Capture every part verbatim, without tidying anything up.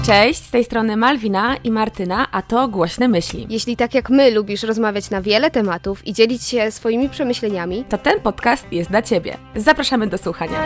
Cześć, z tej strony Malwina i Martyna, a to Głośne Myśli. Jeśli tak jak my lubisz rozmawiać na wiele tematów i dzielić się swoimi przemyśleniami, to ten podcast jest dla Ciebie. Zapraszamy do słuchania.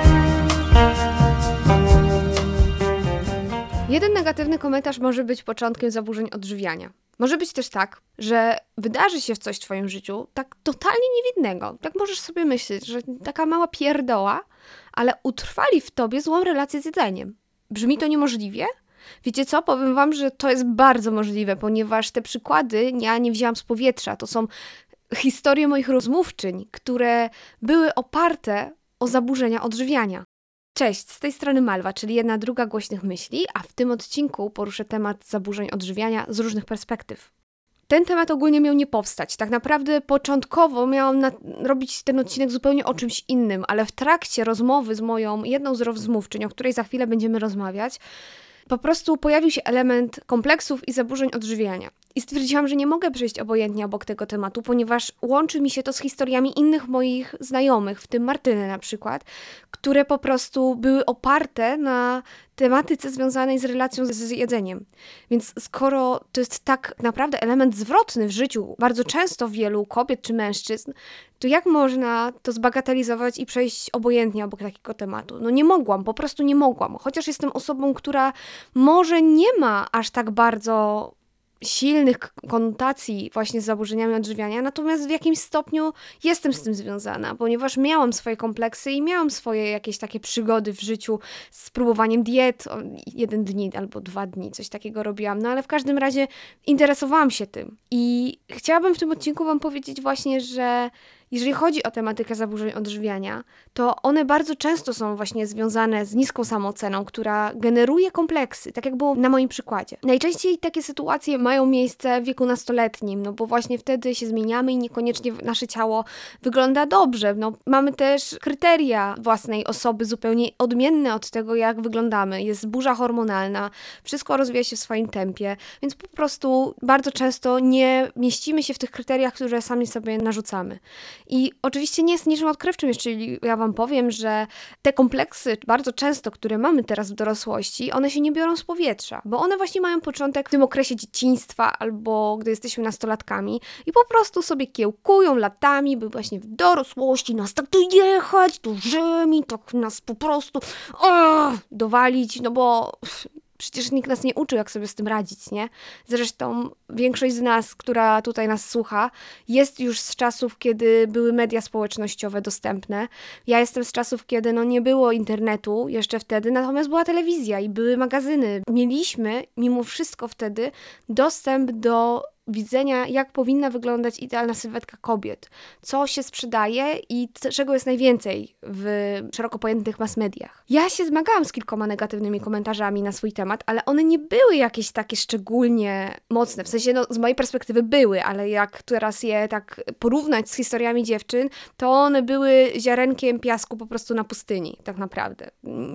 Jeden negatywny komentarz może być początkiem zaburzeń odżywiania. Może być też tak, że wydarzy się w coś w Twoim życiu tak totalnie niewinnego. Tak możesz sobie myśleć, że taka mała pierdoła, ale utrwali w Tobie złą relację z jedzeniem. Brzmi to niemożliwie? Wiecie co? Powiem Wam, że to jest bardzo możliwe, ponieważ te przykłady ja nie wzięłam z powietrza. To są historie moich rozmówczyń, które były oparte o zaburzenia odżywiania. Cześć, z tej strony Malwa, czyli jedna druga Głośnych Myśli, a w tym odcinku poruszę temat zaburzeń odżywiania z różnych perspektyw. Ten temat ogólnie miał nie powstać. Tak naprawdę początkowo miałam na- robić ten odcinek zupełnie o czymś innym, ale w trakcie rozmowy z moją jedną z rozmówczyń, o której za chwilę będziemy rozmawiać, po prostu pojawił się element kompleksów i zaburzeń odżywiania. I stwierdziłam, że nie mogę przejść obojętnie obok tego tematu, ponieważ łączy mi się to z historiami innych moich znajomych, w tym Martyny na przykład, które po prostu były oparte na tematyce związanej z relacją z jedzeniem. Więc skoro to jest tak naprawdę element zwrotny w życiu bardzo często wielu kobiet czy mężczyzn, to jak można to zbagatelizować i przejść obojętnie obok takiego tematu? No nie mogłam, po prostu nie mogłam. Chociaż jestem osobą, która może nie ma aż tak bardzo silnych konotacji właśnie z zaburzeniami odżywiania, natomiast w jakimś stopniu jestem z tym związana, ponieważ miałam swoje kompleksy i miałam swoje jakieś takie przygody w życiu z próbowaniem diet, o, jeden dni albo dwa dni, coś takiego robiłam, no ale w każdym razie interesowałam się tym i chciałabym w tym odcinku Wam powiedzieć właśnie, że jeżeli chodzi o tematykę zaburzeń odżywiania, to one bardzo często są właśnie związane z niską samooceną, która generuje kompleksy, tak jak było na moim przykładzie. Najczęściej takie sytuacje mają miejsce w wieku nastoletnim, no bo właśnie wtedy się zmieniamy i niekoniecznie nasze ciało wygląda dobrze. No, mamy też kryteria własnej osoby zupełnie odmienne od tego, jak wyglądamy. Jest burza hormonalna, wszystko rozwija się w swoim tempie, więc po prostu bardzo często nie mieścimy się w tych kryteriach, które sami sobie narzucamy. I oczywiście nie jest niczym odkrywczym, jeśli ja Wam powiem, że te kompleksy bardzo często, które mamy teraz w dorosłości, one się nie biorą z powietrza, bo one właśnie mają początek w tym okresie dzieciństwa albo gdy jesteśmy nastolatkami i po prostu sobie kiełkują latami, by właśnie w dorosłości nas tak dojechać do ziemi, tak nas po prostu o, dowalić, no bo przecież nikt nas nie uczył, jak sobie z tym radzić, nie? Zresztą większość z nas, która tutaj nas słucha, jest już z czasów, kiedy były media społecznościowe dostępne. Ja jestem z czasów, kiedy no nie było internetu jeszcze wtedy, natomiast była telewizja i były magazyny. Mieliśmy mimo wszystko wtedy dostęp do widzenia, jak powinna wyglądać idealna sylwetka kobiet, co się sprzedaje i czego jest najwięcej w szeroko pojętych mass mediach. Ja się zmagałam z kilkoma negatywnymi komentarzami na swój temat, ale one nie były jakieś takie szczególnie mocne. W sensie, no, z mojej perspektywy były, ale jak teraz je tak porównać z historiami dziewczyn, to one były ziarenkiem piasku po prostu na pustyni, tak naprawdę.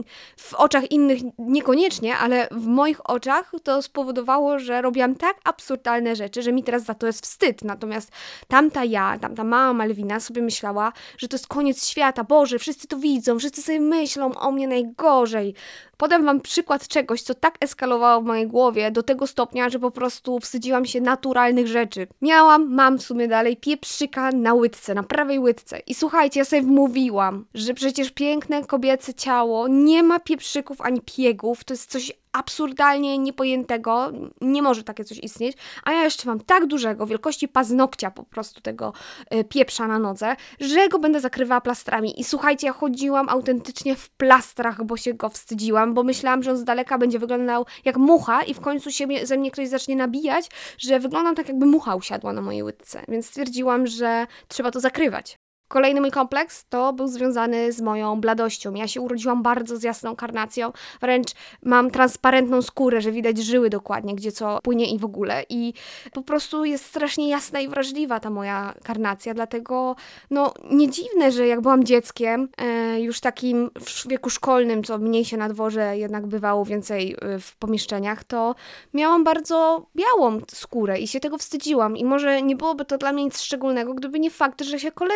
W oczach innych niekoniecznie, ale w moich oczach to spowodowało, że robiłam tak absurdalne rzeczy, że mi teraz za to jest wstyd. Natomiast tamta ja, tamta mała Malwina sobie myślała, że to jest koniec świata. Boże, wszyscy to widzą, wszyscy sobie myślą o mnie najgorzej. Podam Wam przykład czegoś, co tak eskalowało w mojej głowie do tego stopnia, że po prostu wstydziłam się naturalnych rzeczy. Miałam, mam w sumie dalej pieprzyka na łydce, na prawej łydce. I słuchajcie, ja sobie wmówiłam, że przecież piękne kobiece ciało nie ma pieprzyków ani piegów. To jest coś absurdalnie niepojętego, nie może takie coś istnieć, a ja jeszcze mam tak dużego, wielkości paznokcia po prostu tego y, pieprza na nodze, że go będę zakrywała plastrami. I słuchajcie, ja chodziłam autentycznie w plastrach, bo się go wstydziłam, bo myślałam, że on z daleka będzie wyglądał jak mucha i w końcu się ze mnie ktoś zacznie nabijać, że wyglądam tak, jakby mucha usiadła na mojej łydce. Więc stwierdziłam, że trzeba to zakrywać. Kolejny mój kompleks to był związany z moją bladością. Ja się urodziłam bardzo z jasną karnacją, wręcz mam transparentną skórę, że widać żyły dokładnie, gdzie co płynie i w ogóle. I po prostu jest strasznie jasna i wrażliwa ta moja karnacja, dlatego no nie dziwne, że jak byłam dzieckiem, e, już takim w wieku szkolnym, co mniej się na dworze jednak bywało więcej e, w pomieszczeniach, to miałam bardzo białą skórę i się tego wstydziłam. I może nie byłoby to dla mnie nic szczególnego, gdyby nie fakt, że się koledzy zaczęli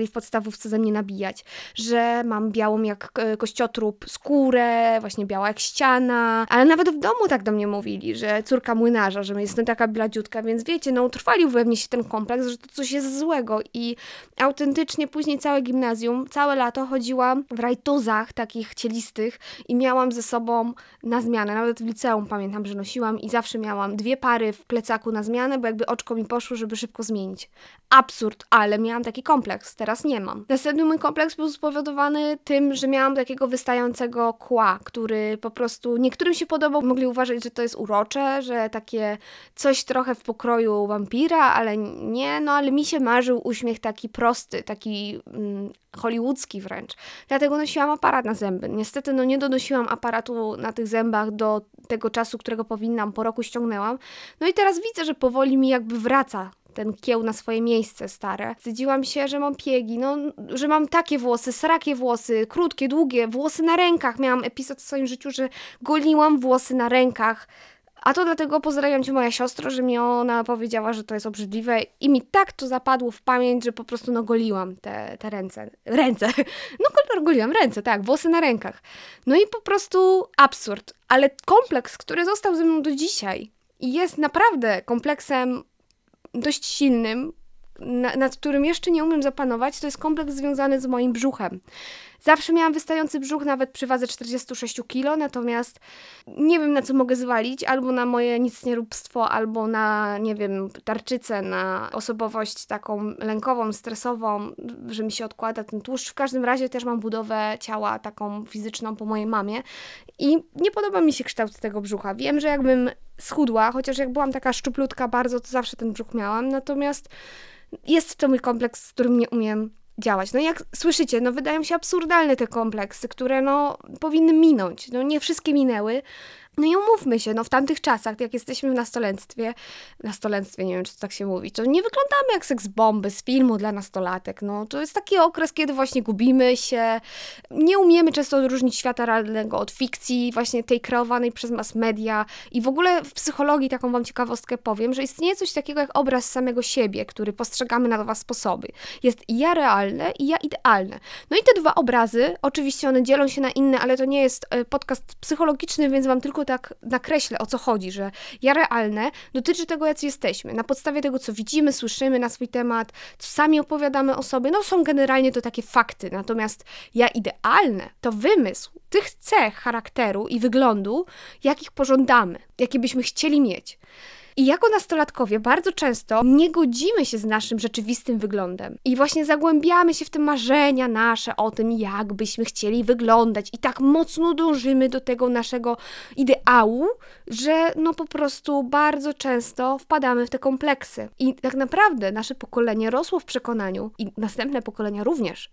zaczęli w podstawówce ze mnie nabijać, że mam białą jak kościotrup skórę, właśnie biała jak ściana, ale nawet w domu tak do mnie mówili, że córka młynarza, że jestem taka bladziutka, więc wiecie, no utrwalił we mnie się ten kompleks, że to coś jest złego i autentycznie później całe gimnazjum, całe lato chodziłam w rajtuzach takich cielistych i miałam ze sobą na zmianę, nawet w liceum pamiętam, że nosiłam i zawsze miałam dwie pary w plecaku na zmianę, bo jakby oczko mi poszło, żeby szybko zmienić. Absurd, ale miałam taki kompleks, teraz nie mam. Następny mój kompleks był spowodowany tym, że miałam takiego wystającego kła, który po prostu niektórym się podobał, mogli uważać, że to jest urocze, że takie coś trochę w pokroju wampira, ale nie, no ale mi się marzył uśmiech taki prosty, taki mm, hollywoodzki wręcz. Dlatego nosiłam aparat na zęby. Niestety no nie donosiłam aparatu na tych zębach do tego czasu, którego powinnam, po roku ściągnęłam. No i teraz widzę, że powoli mi jakby wraca ten kieł na swoje miejsce stare. Wstydziłam się, że mam piegi, no, że mam takie włosy, srakie włosy, krótkie, długie, włosy na rękach. Miałam epizod w swoim życiu, że goliłam włosy na rękach. A to dlatego pozdrawiam cię moja siostro, że mi ona powiedziała, że to jest obrzydliwe i mi tak to zapadło w pamięć, że po prostu no goliłam te, te ręce. Ręce. No kolor goliłam, ręce, tak, włosy na rękach. No i po prostu absurd. Ale kompleks, który został ze mną do dzisiaj i jest naprawdę kompleksem dość silnym, na, nad którym jeszcze nie umiem zapanować, to jest kompleks związany z moim brzuchem. Zawsze miałam wystający brzuch, nawet przy wadze czterdzieści sześć kilo, natomiast nie wiem, na co mogę zwalić, albo na moje nicnieróbstwo, albo na, nie wiem, tarczycę, na osobowość taką lękową, stresową, że mi się odkłada ten tłuszcz. W każdym razie też mam budowę ciała taką fizyczną po mojej mamie i nie podoba mi się kształt tego brzucha. Wiem, że jakbym schudła, chociaż jak byłam taka szczuplutka bardzo, to zawsze ten brzuch miałam, natomiast jest to mój kompleks, z którym nie umiem działać. No i jak słyszycie, no wydają się absurdalne te kompleksy, które no powinny minąć. No nie wszystkie minęły. No i umówmy się, no w tamtych czasach, jak jesteśmy w nastolenstwie, nastolenstwie, nie wiem, czy to tak się mówi, to nie wyglądamy jak seks bomby z filmu dla nastolatek, no to jest taki okres, kiedy właśnie gubimy się, nie umiemy często odróżnić świata realnego od fikcji, właśnie tej kreowanej przez mass media i w ogóle w psychologii taką wam ciekawostkę powiem, że istnieje coś takiego jak obraz samego siebie, który postrzegamy na dwa sposoby. Jest ja realne i ja idealne. No i te dwa obrazy, oczywiście one dzielą się na inne, ale to nie jest podcast psychologiczny, więc wam tylko tak nakreślę, o co chodzi, że ja realne dotyczy tego, jacy jesteśmy. Na podstawie tego, co widzimy, słyszymy na swój temat, co sami opowiadamy o sobie, no są generalnie to takie fakty. Natomiast ja idealne to wymysł tych cech charakteru i wyglądu, jakich pożądamy, jakie byśmy chcieli mieć. I jako nastolatkowie bardzo często nie godzimy się z naszym rzeczywistym wyglądem. I właśnie zagłębiamy się w te marzenia nasze o tym, jak byśmy chcieli wyglądać. I tak mocno dążymy do tego naszego ideału, że no po prostu bardzo często wpadamy w te kompleksy. I tak naprawdę nasze pokolenie rosło w przekonaniu, i następne pokolenia również,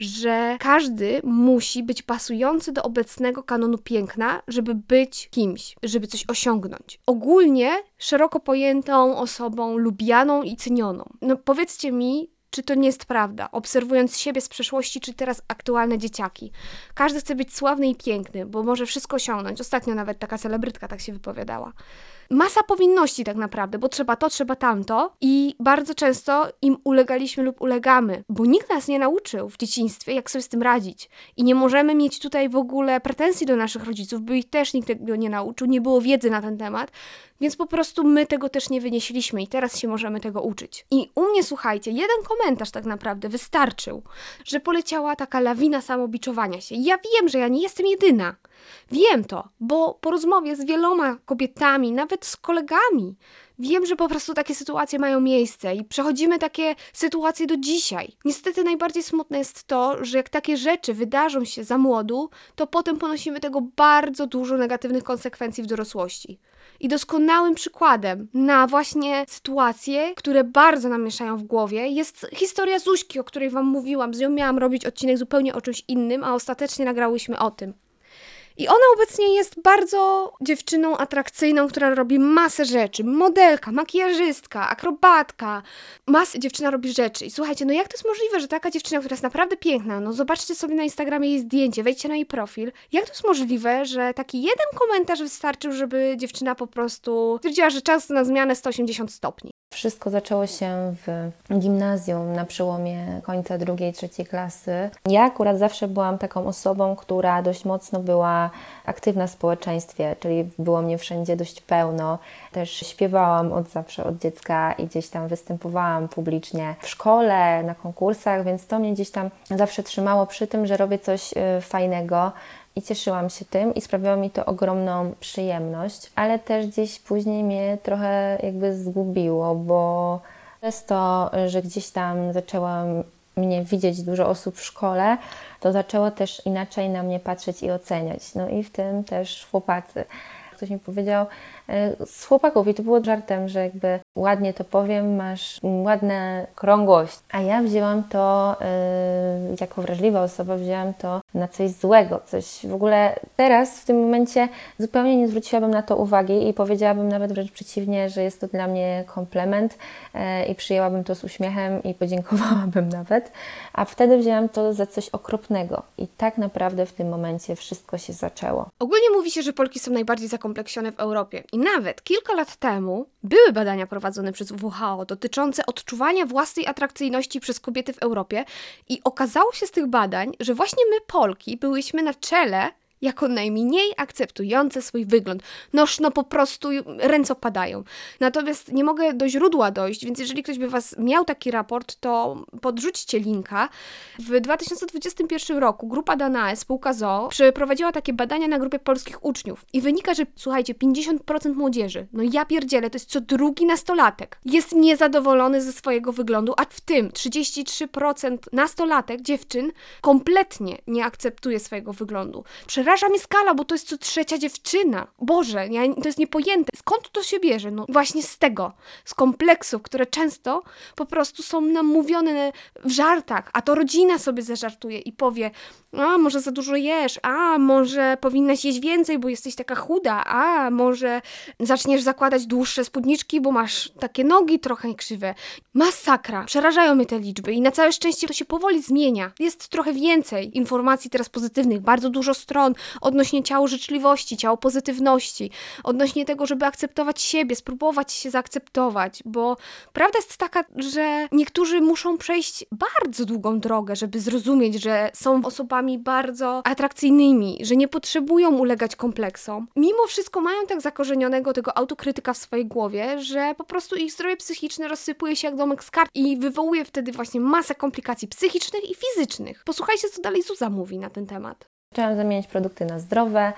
że każdy musi być pasujący do obecnego kanonu piękna, żeby być kimś, żeby coś osiągnąć. Ogólnie szeroko pojętą osobą lubianą i cenioną. No powiedzcie mi, czy to nie jest prawda, obserwując siebie z przeszłości, czy teraz aktualne dzieciaki. Każdy chce być sławny i piękny, bo może wszystko osiągnąć. Ostatnio nawet taka celebrytka tak się wypowiadała. Masa powinności tak naprawdę, bo trzeba to, trzeba tamto i bardzo często im ulegaliśmy lub ulegamy, bo nikt nas nie nauczył w dzieciństwie, jak sobie z tym radzić. I nie możemy mieć tutaj w ogóle pretensji do naszych rodziców, bo ich też nikt tego nie nauczył, nie było wiedzy na ten temat, więc po prostu my tego też nie wynieśliśmy i teraz się możemy tego uczyć. I u mnie, słuchajcie, jeden komentarz tak naprawdę wystarczył, że poleciała taka lawina samobiczowania się. I ja wiem, że ja nie jestem jedyna. Wiem to, bo po rozmowie z wieloma kobietami, nawet z kolegami, wiem, że po prostu takie sytuacje mają miejsce i przechodzimy takie sytuacje do dzisiaj. Niestety najbardziej smutne jest to, że jak takie rzeczy wydarzą się za młodu, to potem ponosimy tego bardzo dużo negatywnych konsekwencji w dorosłości. I doskonałym przykładem na właśnie sytuacje, które bardzo nam mieszają w głowie, jest historia Zuśki, o której wam mówiłam. Z nią miałam robić odcinek zupełnie o czymś innym, a ostatecznie nagrałyśmy o tym. I ona obecnie jest bardzo dziewczyną atrakcyjną, która robi masę rzeczy. Modelka, makijażystka, akrobatka. Masę dziewczyna robi rzeczy. I słuchajcie, no jak to jest możliwe, że taka dziewczyna, która jest naprawdę piękna, no zobaczcie sobie na Instagramie jej zdjęcie, wejdźcie na jej profil. Jak to jest możliwe, że taki jeden komentarz wystarczył, żeby dziewczyna po prostu stwierdziła, że czas na zmianę sto osiemdziesiąt stopni. Wszystko zaczęło się w gimnazjum na przełomie końca drugiej, trzeciej klasy. Ja akurat zawsze byłam taką osobą, która dość mocno była aktywna w społeczeństwie, czyli było mnie wszędzie dość pełno. Też śpiewałam od zawsze, od dziecka i gdzieś tam występowałam publicznie w szkole, na konkursach, więc to mnie gdzieś tam zawsze trzymało przy tym, że robię coś fajnego. I cieszyłam się tym i sprawiało mi to ogromną przyjemność, ale też gdzieś później mnie trochę jakby zgubiło, bo przez to, że gdzieś tam zaczęłam mnie widzieć dużo osób w szkole, to zaczęło też inaczej na mnie patrzeć i oceniać. No i w tym też chłopacy. Ktoś mi powiedział z chłopaków i to było żartem, że jakby ładnie to powiem, masz ładne krągłość. A ja wzięłam to, yy, jako wrażliwa osoba, wzięłam to na coś złego, coś w ogóle teraz w tym momencie zupełnie nie zwróciłabym na to uwagi i powiedziałabym nawet wręcz przeciwnie, że jest to dla mnie komplement yy, i przyjęłabym to z uśmiechem i podziękowałabym nawet, a wtedy wzięłam to za coś okropnego i tak naprawdę w tym momencie wszystko się zaczęło. Ogólnie mówi się, że Polki są najbardziej zakompleksione w Europie i nawet kilka lat temu były badania prowadzone przez W H O dotyczące odczuwania własnej atrakcyjności przez kobiety w Europie i okazało się z tych badań, że właśnie my Polki byłyśmy na czele jako najmniej akceptujące swój wygląd. Noż, no po prostu ręce opadają. Natomiast nie mogę do źródła dojść, więc jeżeli ktoś by Was miał taki raport, to podrzućcie linka. W dwa tysiące dwudziestym pierwszym roku grupa Danae, spółka z o o, przeprowadziła takie badania na grupie polskich uczniów i wynika, że słuchajcie, pięćdziesiąt procent młodzieży, no ja pierdzielę, to jest co drugi nastolatek, jest niezadowolony ze swojego wyglądu, a w tym trzydzieści trzy procent nastolatek, dziewczyn, kompletnie nie akceptuje swojego wyglądu. Przeraża mnie skala, bo to jest co trzecia dziewczyna. Boże, ja, to jest niepojęte. Skąd to się bierze? No właśnie z tego, z kompleksów, które często po prostu są nam mówione w żartach, a to rodzina sobie zażartuje i powie, a może za dużo jesz, a może powinnaś jeść więcej, bo jesteś taka chuda, a może zaczniesz zakładać dłuższe spódniczki, bo masz takie nogi trochę krzywe. Masakra. Przerażają mnie te liczby i na całe szczęście to się powoli zmienia. Jest trochę więcej informacji teraz pozytywnych, bardzo dużo stron odnośnie ciało życzliwości, ciało pozytywności, odnośnie tego, żeby akceptować siebie, spróbować się zaakceptować, bo prawda jest taka, że niektórzy muszą przejść bardzo długą drogę, żeby zrozumieć, że są osobami bardzo atrakcyjnymi, że nie potrzebują ulegać kompleksom. Mimo wszystko mają tak zakorzenionego tego autokrytyka w swojej głowie, że po prostu ich zdrowie psychiczne rozsypuje się jak domek z kart i wywołuje wtedy właśnie masę komplikacji psychicznych i fizycznych. Posłuchajcie, co dalej Zuza mówi na ten temat. Zaczęłam zamieniać produkty na zdrowe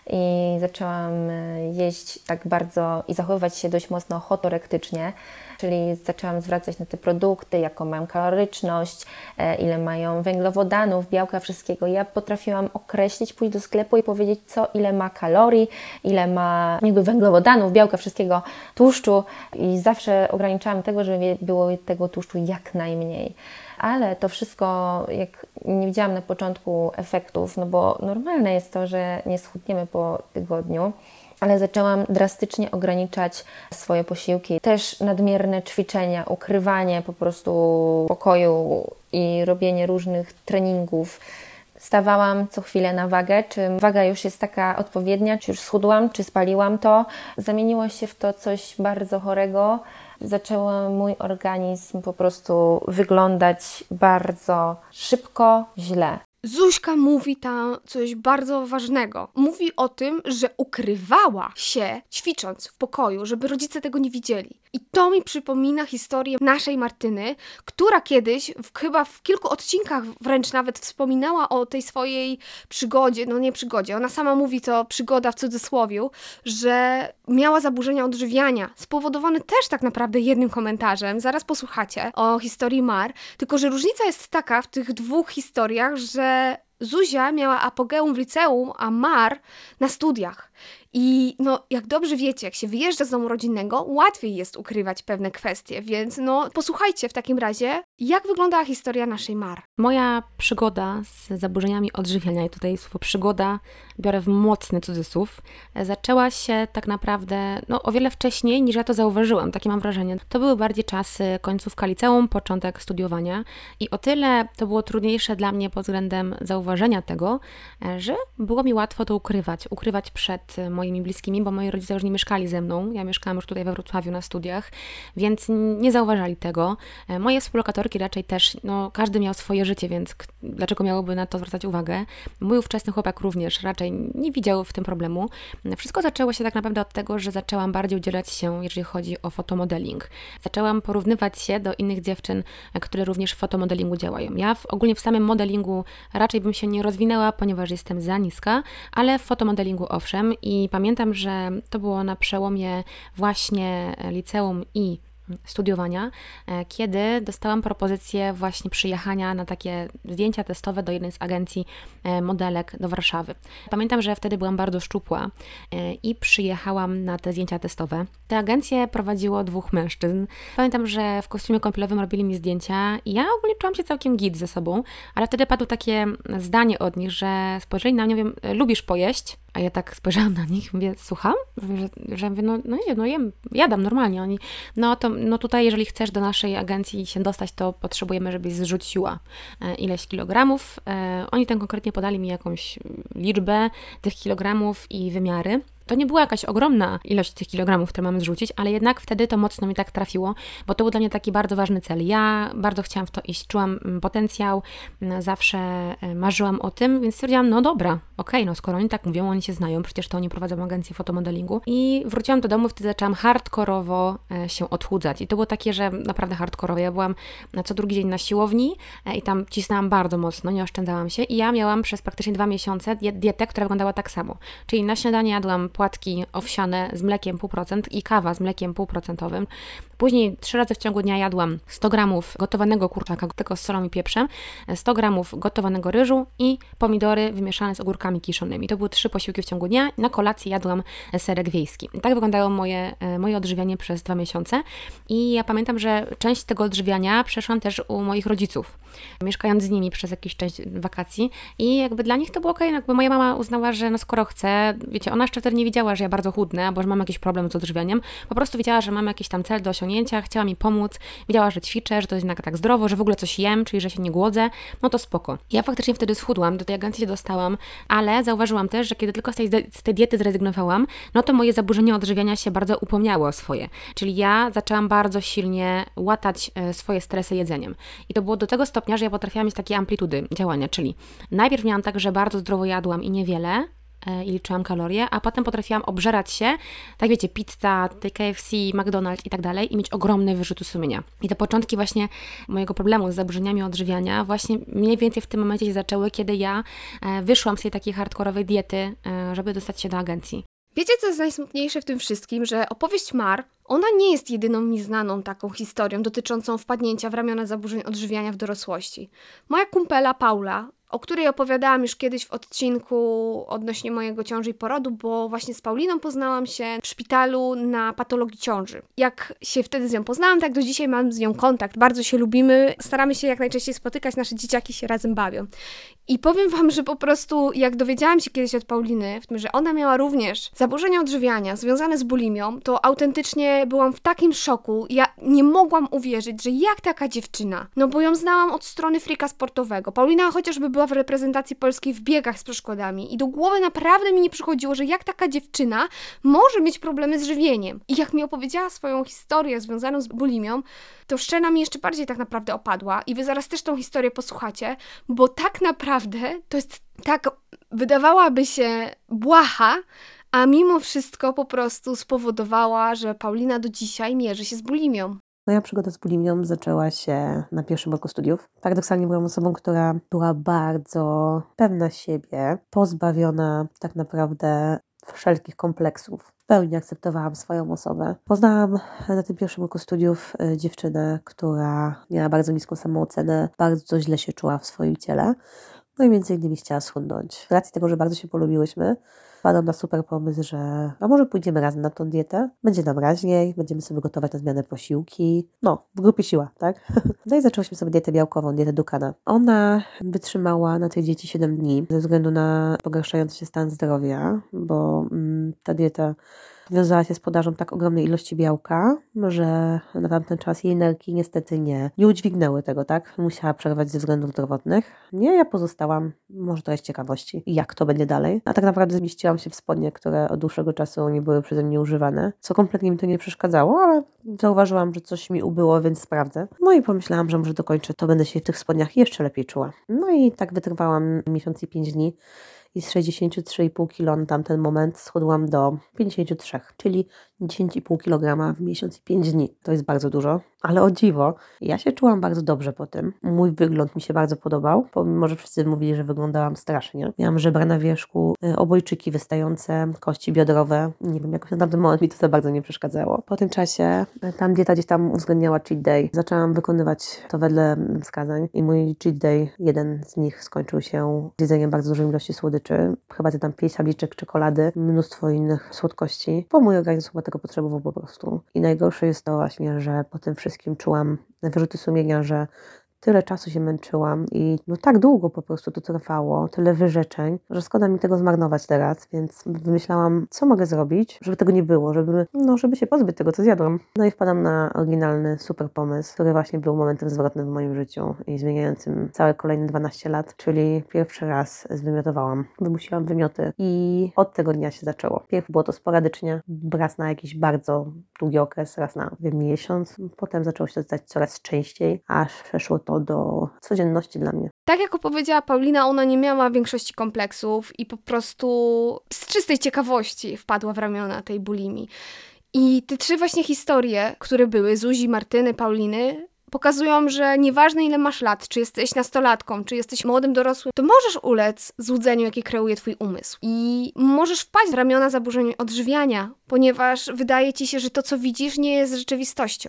i zaczęłam jeść tak bardzo i zachowywać się dość mocno chotorektycznie, czyli zaczęłam zwracać na te produkty, jaką mają kaloryczność, ile mają węglowodanów, białka, wszystkiego. Ja potrafiłam określić, pójść do sklepu i powiedzieć, co ile ma kalorii, ile ma jakby węglowodanów, białka, wszystkiego, tłuszczu i zawsze ograniczałam tego, żeby było tego tłuszczu jak najmniej. Ale to wszystko, jak nie widziałam na początku efektów, no bo normalne jest to, że nie schudniemy po tygodniu, ale zaczęłam drastycznie ograniczać swoje posiłki. Też nadmierne ćwiczenia, ukrywanie po prostu pokoju i robienie różnych treningów. Stawałam co chwilę na wagę, czy waga już jest taka odpowiednia, czy już schudłam, czy spaliłam to. Zamieniło się w to coś bardzo chorego. Zaczął mój organizm po prostu wyglądać bardzo szybko, źle. Zuśka mówi tam coś bardzo ważnego. Mówi o tym, że ukrywała się ćwicząc w pokoju, żeby rodzice tego nie widzieli. I to mi przypomina historię naszej Martyny, która kiedyś, w, chyba w kilku odcinkach wręcz nawet wspominała o tej swojej przygodzie, no nie przygodzie, ona sama mówi to przygoda w cudzysłowiu, że miała zaburzenia odżywiania, spowodowane też tak naprawdę jednym komentarzem, zaraz posłuchacie o historii Mar, tylko że różnica jest taka w tych dwóch historiach, że Zuzia miała apogeum w liceum, a Mar na studiach. I no, jak dobrze wiecie, jak się wyjeżdża z domu rodzinnego, łatwiej jest ukrywać pewne kwestie, więc no, posłuchajcie w takim razie, jak wyglądała historia naszej Mar. Moja przygoda z zaburzeniami odżywiania, i tutaj słowo przygoda biorę w mocny cudzysłów, zaczęła się tak naprawdę no, o wiele wcześniej, niż ja to zauważyłam, takie mam wrażenie. To były bardziej czasy końcówka liceum, początek studiowania i o tyle to było trudniejsze dla mnie pod względem zauważenia tego, że było mi łatwo to ukrywać, ukrywać przed moim moimi bliskimi, bo moi rodzice już nie mieszkali ze mną. Ja mieszkałam już tutaj we Wrocławiu na studiach, więc nie zauważali tego. Moje współlokatorki raczej też, no każdy miał swoje życie, więc k- dlaczego miałoby na to zwracać uwagę? Mój ówczesny chłopak również raczej nie widział w tym problemu. Wszystko zaczęło się tak naprawdę od tego, że zaczęłam bardziej udzielać się, jeżeli chodzi o fotomodeling. Zaczęłam porównywać się do innych dziewczyn, które również w fotomodelingu działają. Ja w, ogólnie w samym modelingu raczej bym się nie rozwinęła, ponieważ jestem za niska, ale w fotomodelingu owszem i pamiętam, że to było na przełomie właśnie liceum i studiowania, kiedy dostałam propozycję właśnie przyjechania na takie zdjęcia testowe do jednej z agencji modelek do Warszawy. Pamiętam, że wtedy byłam bardzo szczupła i przyjechałam na te zdjęcia testowe. Te agencje prowadziło dwóch mężczyzn. Pamiętam, że w kostiumie kąpielowym robili mi zdjęcia i ja ogólnie czułam się całkiem git ze sobą, ale wtedy padło takie zdanie od nich, że spojrzeli na mnie, mówią, lubisz pojeść? A ja tak spojrzałam na nich, mówię, słucham? Mówię, że, że mówię, no, no nie, no jem, jadam normalnie. Oni, no to no tutaj, jeżeli chcesz do naszej agencji się dostać, to potrzebujemy, żebyś zrzuciła e, ileś kilogramów. E, oni tam konkretnie podali mi jakąś liczbę tych kilogramów i wymiary. To nie była jakaś ogromna ilość tych kilogramów, które mamy zrzucić, ale jednak wtedy to mocno mi tak trafiło, bo to był dla mnie taki bardzo ważny cel. Ja bardzo chciałam w to iść, czułam potencjał, zawsze marzyłam o tym, więc stwierdziłam, no dobra, okej, okay, no skoro oni tak mówią, oni się znają, przecież to oni prowadzą agencję fotomodelingu. I wróciłam do domu, wtedy zaczęłam hardkorowo się odchudzać. I to było takie, że naprawdę hardkorowo. Ja byłam co drugi dzień na siłowni i tam cisnęłam bardzo mocno, nie oszczędzałam się i ja miałam przez praktycznie dwa miesiące dietę, która wyglądała tak samo. Czyli na śniadanie jadłam płatki owsiane z mlekiem pół procent i kawa z mlekiem półprocentowym. Później trzy razy w ciągu dnia jadłam sto gramów gotowanego kurczaka, tylko z solą i pieprzem, sto gramów gotowanego ryżu i pomidory wymieszane z ogórkami kiszonymi. To były trzy posiłki w ciągu dnia. Na kolację jadłam serek wiejski. I tak wyglądało moje, moje odżywianie przez dwa miesiące. I ja pamiętam, że część tego odżywiania przeszłam też u moich rodziców, mieszkając z nimi przez jakąś część wakacji. I jakby dla nich to było okej. Okay. Jakby moja mama uznała, że no skoro chce, wiecie, ona jeszcze wtedy nie wiedziała, że ja bardzo chudnę, albo że mam jakiś problem z odżywianiem. Po prostu wiedziała, że mam jakiś tam cel do osiągnięcia, chciała mi pomóc, wiedziała, że ćwiczę, że to jest jednak tak zdrowo, że w ogóle coś jem, czyli że się nie głodzę, no to spoko. Ja faktycznie wtedy schudłam, do tej agencji się dostałam, ale zauważyłam też, że kiedy tylko z tej, z tej diety zrezygnowałam, no to moje zaburzenia odżywiania się bardzo upomniało o swoje. Czyli ja zaczęłam bardzo silnie łatać swoje stresy jedzeniem. I to było do tego stopnia, że ja potrafiłam mieć takie amplitudy działania, czyli najpierw miałam tak, że bardzo zdrowo jadłam i niewiele, i liczyłam kalorie, a potem potrafiłam obżerać się, tak wiecie, pizza, K F C, McDonald's i tak dalej i mieć ogromne wyrzuty sumienia. I te początki właśnie mojego problemu z zaburzeniami odżywiania właśnie mniej więcej w tym momencie się zaczęły, kiedy ja wyszłam z tej takiej hardkorowej diety, żeby dostać się do agencji. Wiecie, co jest najsmutniejsze w tym wszystkim? Że opowieść Mar, ona nie jest jedyną mi znaną taką historią dotyczącą wpadnięcia w ramiona zaburzeń odżywiania w dorosłości. Moja kumpela Paula, o której opowiadałam już kiedyś w odcinku odnośnie mojego ciąży i porodu, bo właśnie z Pauliną poznałam się w szpitalu na patologii ciąży. Jak się wtedy z nią poznałam, tak do dzisiaj mam z nią kontakt. Bardzo się lubimy, staramy się jak najczęściej spotykać, nasze dzieciaki się razem bawią. I powiem wam, że po prostu jak dowiedziałam się kiedyś od Pauliny, w tym, że ona miała również zaburzenia odżywiania związane z bulimią, to autentycznie byłam w takim szoku. Ja nie mogłam uwierzyć, że jak taka dziewczyna, no bo ją znałam od strony frika sportowego. Paulina chociażby była w reprezentacji polskiej w biegach z przeszkodami i do głowy naprawdę mi nie przychodziło, że jak taka dziewczyna może mieć problemy z żywieniem. I jak mi opowiedziała swoją historię związaną z bulimią, to szczena mi jeszcze bardziej tak naprawdę opadła i wy zaraz też tą historię posłuchacie, bo tak naprawdę to jest tak, wydawałaby się błaha, a mimo wszystko po prostu spowodowała, że Paulina do dzisiaj mierzy się z bulimią. Moja przygoda z bulimią zaczęła się na pierwszym roku studiów. Paradoksalnie byłam osobą, która była bardzo pewna siebie, pozbawiona tak naprawdę wszelkich kompleksów. W pełni akceptowałam swoją osobę. Poznałam na tym pierwszym roku studiów dziewczynę, która miała bardzo niską samoocenę, bardzo źle się czuła w swoim ciele. No i między innymi chciała schudnąć. Z racji tego, że bardzo się polubiłyśmy, wpadłam na super pomysł, że a może pójdziemy razem na tą dietę, będzie nam raźniej, będziemy sobie gotować na zmianę posiłki. No, w grupie siła, tak? No i zaczęłyśmy sobie dietę białkową, dietę Dukana. Ona wytrzymała na tej diecie siedem dni ze względu na pogarszający się stan zdrowia, bo mm, ta dieta wiązała się z podażą tak ogromnej ilości białka, że na tamten czas jej nerki niestety nie, nie udźwignęły tego, tak? Musiała przerwać ze względów zdrowotnych. Nie, ja pozostałam, może to jest ciekawości, jak to będzie dalej. A tak naprawdę zmieściłam się w spodnie, które od dłuższego czasu nie były przeze mnie używane, co kompletnie mi to nie przeszkadzało, ale zauważyłam, że coś mi ubyło, więc sprawdzę. No i pomyślałam, że może dokończę, to będę się w tych spodniach jeszcze lepiej czuła. No i tak wytrwałam miesiąc i pięć dni. I z sześćdziesiąt trzy i pół kilo na tamten moment schudłam do pięćdziesiąt trzy, czyli dziesięć i pół kilograma w miesiąc i pięć dni. To jest bardzo dużo, ale o dziwo, ja się czułam bardzo dobrze po tym. Mój wygląd mi się bardzo podobał, pomimo że wszyscy mówili, że wyglądałam strasznie. Miałam żebra na wierzchu, obojczyki wystające, kości biodrowe. Nie wiem, jakoś na tamten moment mi to za bardzo nie przeszkadzało. Po tym czasie tam dieta gdzieś tam uwzględniała cheat day. Zaczęłam wykonywać to wedle wskazań i mój cheat day, jeden z nich skończył się jedzeniem bardzo dużej ilości słodyczy. Chyba te tam pięć tabliczek czekolady, mnóstwo innych słodkości, bo mój organizm chyba tego potrzebował po prostu. I najgorsze jest to właśnie, że po tym wszystkim czułam wyrzuty sumienia, że tyle czasu się męczyłam i no tak długo po prostu to trwało, tyle wyrzeczeń, że szkoda mi tego zmarnować teraz, więc wymyślałam, co mogę zrobić, żeby tego nie było, żeby, no, żeby się pozbyć tego, co zjadłam. No i wpadam na oryginalny, super pomysł, który właśnie był momentem zwrotnym w moim życiu i zmieniającym całe kolejne dwanaście lat, czyli pierwszy raz zwymiotowałam. Wymusiłam wymioty i od tego dnia się zaczęło. Pierw było to sporadycznie, raz na jakiś bardzo długi okres, raz na wiem, miesiąc, potem zaczęło się to stać coraz częściej, aż przeszło to do codzienności dla mnie. Tak jak opowiedziała Paulina, ona nie miała większości kompleksów i po prostu z czystej ciekawości wpadła w ramiona tej bulimii. I te trzy właśnie historie, które były, Zuzi, Martyny, Pauliny, pokazują, że nieważne ile masz lat, czy jesteś nastolatką, czy jesteś młodym dorosłym, to możesz ulec złudzeniu, jakie kreuje twój umysł. I możesz wpaść w ramiona zaburzeń odżywiania, ponieważ wydaje ci się, że to, co widzisz, nie jest rzeczywistością.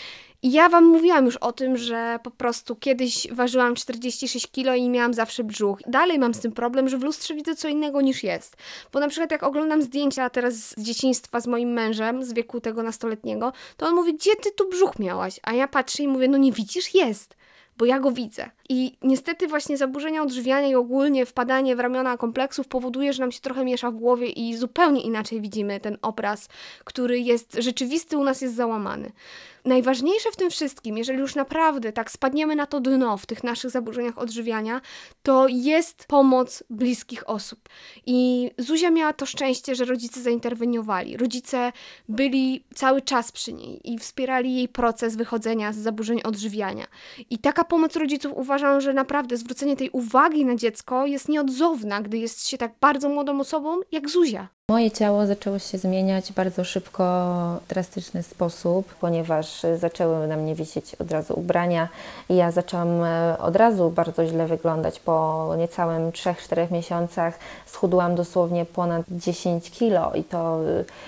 I ja wam mówiłam już o tym, że po prostu kiedyś ważyłam czterdzieści sześć kilo i miałam zawsze brzuch. Dalej mam z tym problem, że w lustrze widzę co innego niż jest. Bo na przykład jak oglądam zdjęcia teraz z dzieciństwa z moim mężem, z wieku tego nastoletniego, to on mówi, gdzie ty tu brzuch miałaś? A ja patrzę i mówię, no nie widzisz? Jest. Bo ja go widzę. I niestety właśnie zaburzenia odżywiania i ogólnie wpadanie w ramiona kompleksów powoduje, że nam się trochę miesza w głowie i zupełnie inaczej widzimy ten obraz, który jest rzeczywisty, u nas jest załamany. Najważniejsze w tym wszystkim, jeżeli już naprawdę tak spadniemy na to dno w tych naszych zaburzeniach odżywiania, to jest pomoc bliskich osób. I Zuzia miała to szczęście, że rodzice zainterweniowali. Rodzice byli cały czas przy niej i wspierali jej proces wychodzenia z zaburzeń odżywiania. I taka pomoc rodziców, uważam, że naprawdę zwrócenie tej uwagi na dziecko jest nieodzowna, gdy jest się tak bardzo młodą osobą jak Zuzia. Moje ciało zaczęło się zmieniać bardzo szybko, w drastyczny sposób, ponieważ zaczęły na mnie wisieć od razu ubrania i ja zaczęłam od razu bardzo źle wyglądać. Po niecałym trzech czterech miesiącach schudłam dosłownie ponad dziesięć kilo i to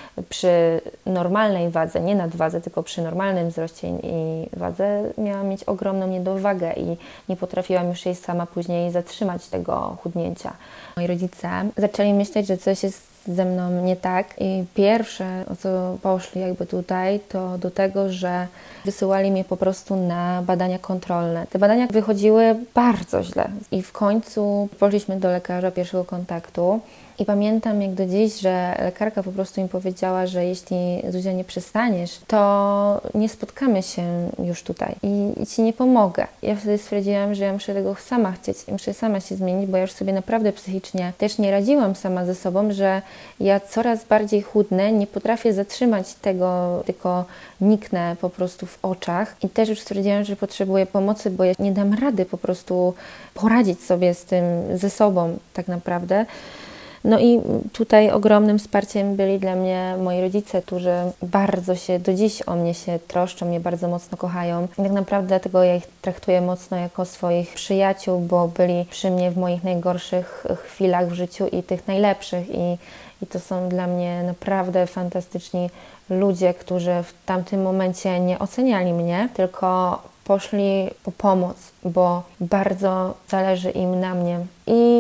przy normalnej wadze, nie nadwadze, tylko przy normalnym wzroście i wadze miałam mieć ogromną niedowagę i nie potrafiłam już jej sama później zatrzymać tego chudnięcia. Moi rodzice zaczęli myśleć, że coś jest ze mną nie tak i pierwsze, o co poszli jakby tutaj, to do tego, że wysyłali mnie po prostu na badania kontrolne. Te badania wychodziły bardzo źle i w końcu poszliśmy do lekarza pierwszego kontaktu i pamiętam jak do dziś, że lekarka po prostu mi powiedziała, że jeśli Zuzia nie przestaniesz, to nie spotkamy się już tutaj i, i Ci nie pomogę. Ja wtedy stwierdziłam, że ja muszę tego sama chcieć, muszę sama się zmienić, bo ja już sobie naprawdę psychicznie też nie radziłam sama ze sobą, że ja coraz bardziej chudnę, nie potrafię zatrzymać tego, tylko niknę po prostu w oczach i też już stwierdziłam, że potrzebuję pomocy, bo ja nie dam rady po prostu poradzić sobie z tym, ze sobą tak naprawdę. No i tutaj ogromnym wsparciem byli dla mnie moi rodzice, którzy bardzo się, do dziś o mnie się troszczą, mnie bardzo mocno kochają. I tak naprawdę dlatego ja ich traktuję mocno jako swoich przyjaciół, bo byli przy mnie w moich najgorszych chwilach w życiu i tych najlepszych. I, i to są dla mnie naprawdę fantastyczni ludzie, którzy w tamtym momencie nie oceniali mnie, tylko poszli po pomoc, bo bardzo zależy im na mnie. I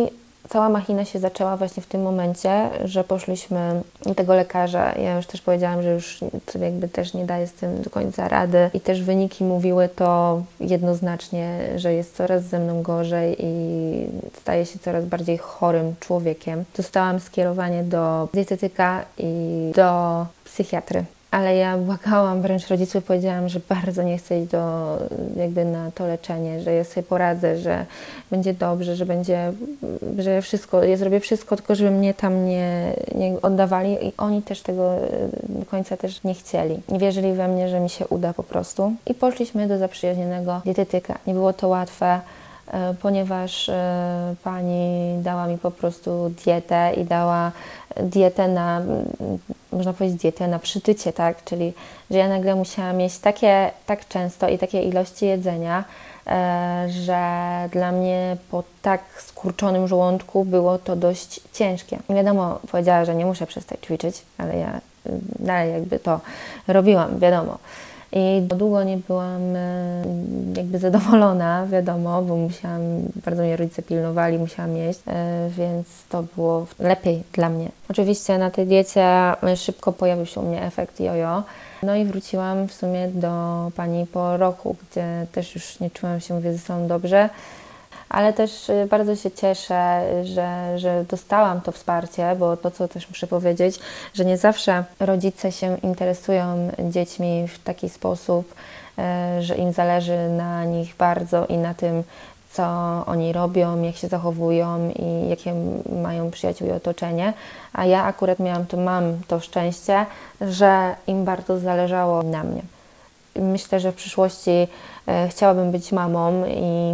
cała machina się zaczęła właśnie w tym momencie, że poszliśmy do tego lekarza. Ja już też powiedziałam, że już sobie jakby też nie daję z tym do końca rady i też wyniki mówiły to jednoznacznie, że jest coraz ze mną gorzej i staję się coraz bardziej chorym człowiekiem. Dostałam skierowanie do dietetyka i do psychiatry. Ale ja błagałam wręcz rodziców, powiedziałam, że bardzo nie chcę iść do, jakby na to leczenie, że ja sobie poradzę, że będzie dobrze, że będzie, że wszystko, ja zrobię wszystko, tylko żeby mnie tam nie, nie oddawali i oni też tego do końca też nie chcieli. Nie wierzyli we mnie, że mi się uda po prostu. I poszliśmy do zaprzyjaźnionego dietetyka. Nie było to łatwe, ponieważ pani dała mi po prostu dietę i dała dietę na, można powiedzieć dietę na przytycie, tak? Czyli, że ja nagle musiałam mieć takie, tak często i takie ilości jedzenia, że dla mnie po tak skurczonym żołądku było to dość ciężkie. I wiadomo, powiedziała, że nie muszę przestać ćwiczyć, ale ja dalej jakby to robiłam, wiadomo. I długo nie byłam jakby zadowolona, wiadomo, bo musiałam, bardzo mnie rodzice pilnowali, musiałam jeść, więc to było lepiej dla mnie. Oczywiście na tej diecie szybko pojawił się u mnie efekt jojo. No i wróciłam w sumie do pani po roku, gdzie też już nie czułam się, mówię, ze sobą dobrze. Ale też bardzo się cieszę, że, że dostałam to wsparcie, bo to, co też muszę powiedzieć, że nie zawsze rodzice się interesują dziećmi w taki sposób, że im zależy na nich bardzo i na tym, co oni robią, jak się zachowują i jakie mają przyjaciół i otoczenie. A ja akurat miałam to, mam to szczęście, że im bardzo zależało na mnie. Myślę, że w przyszłości chciałabym być mamą i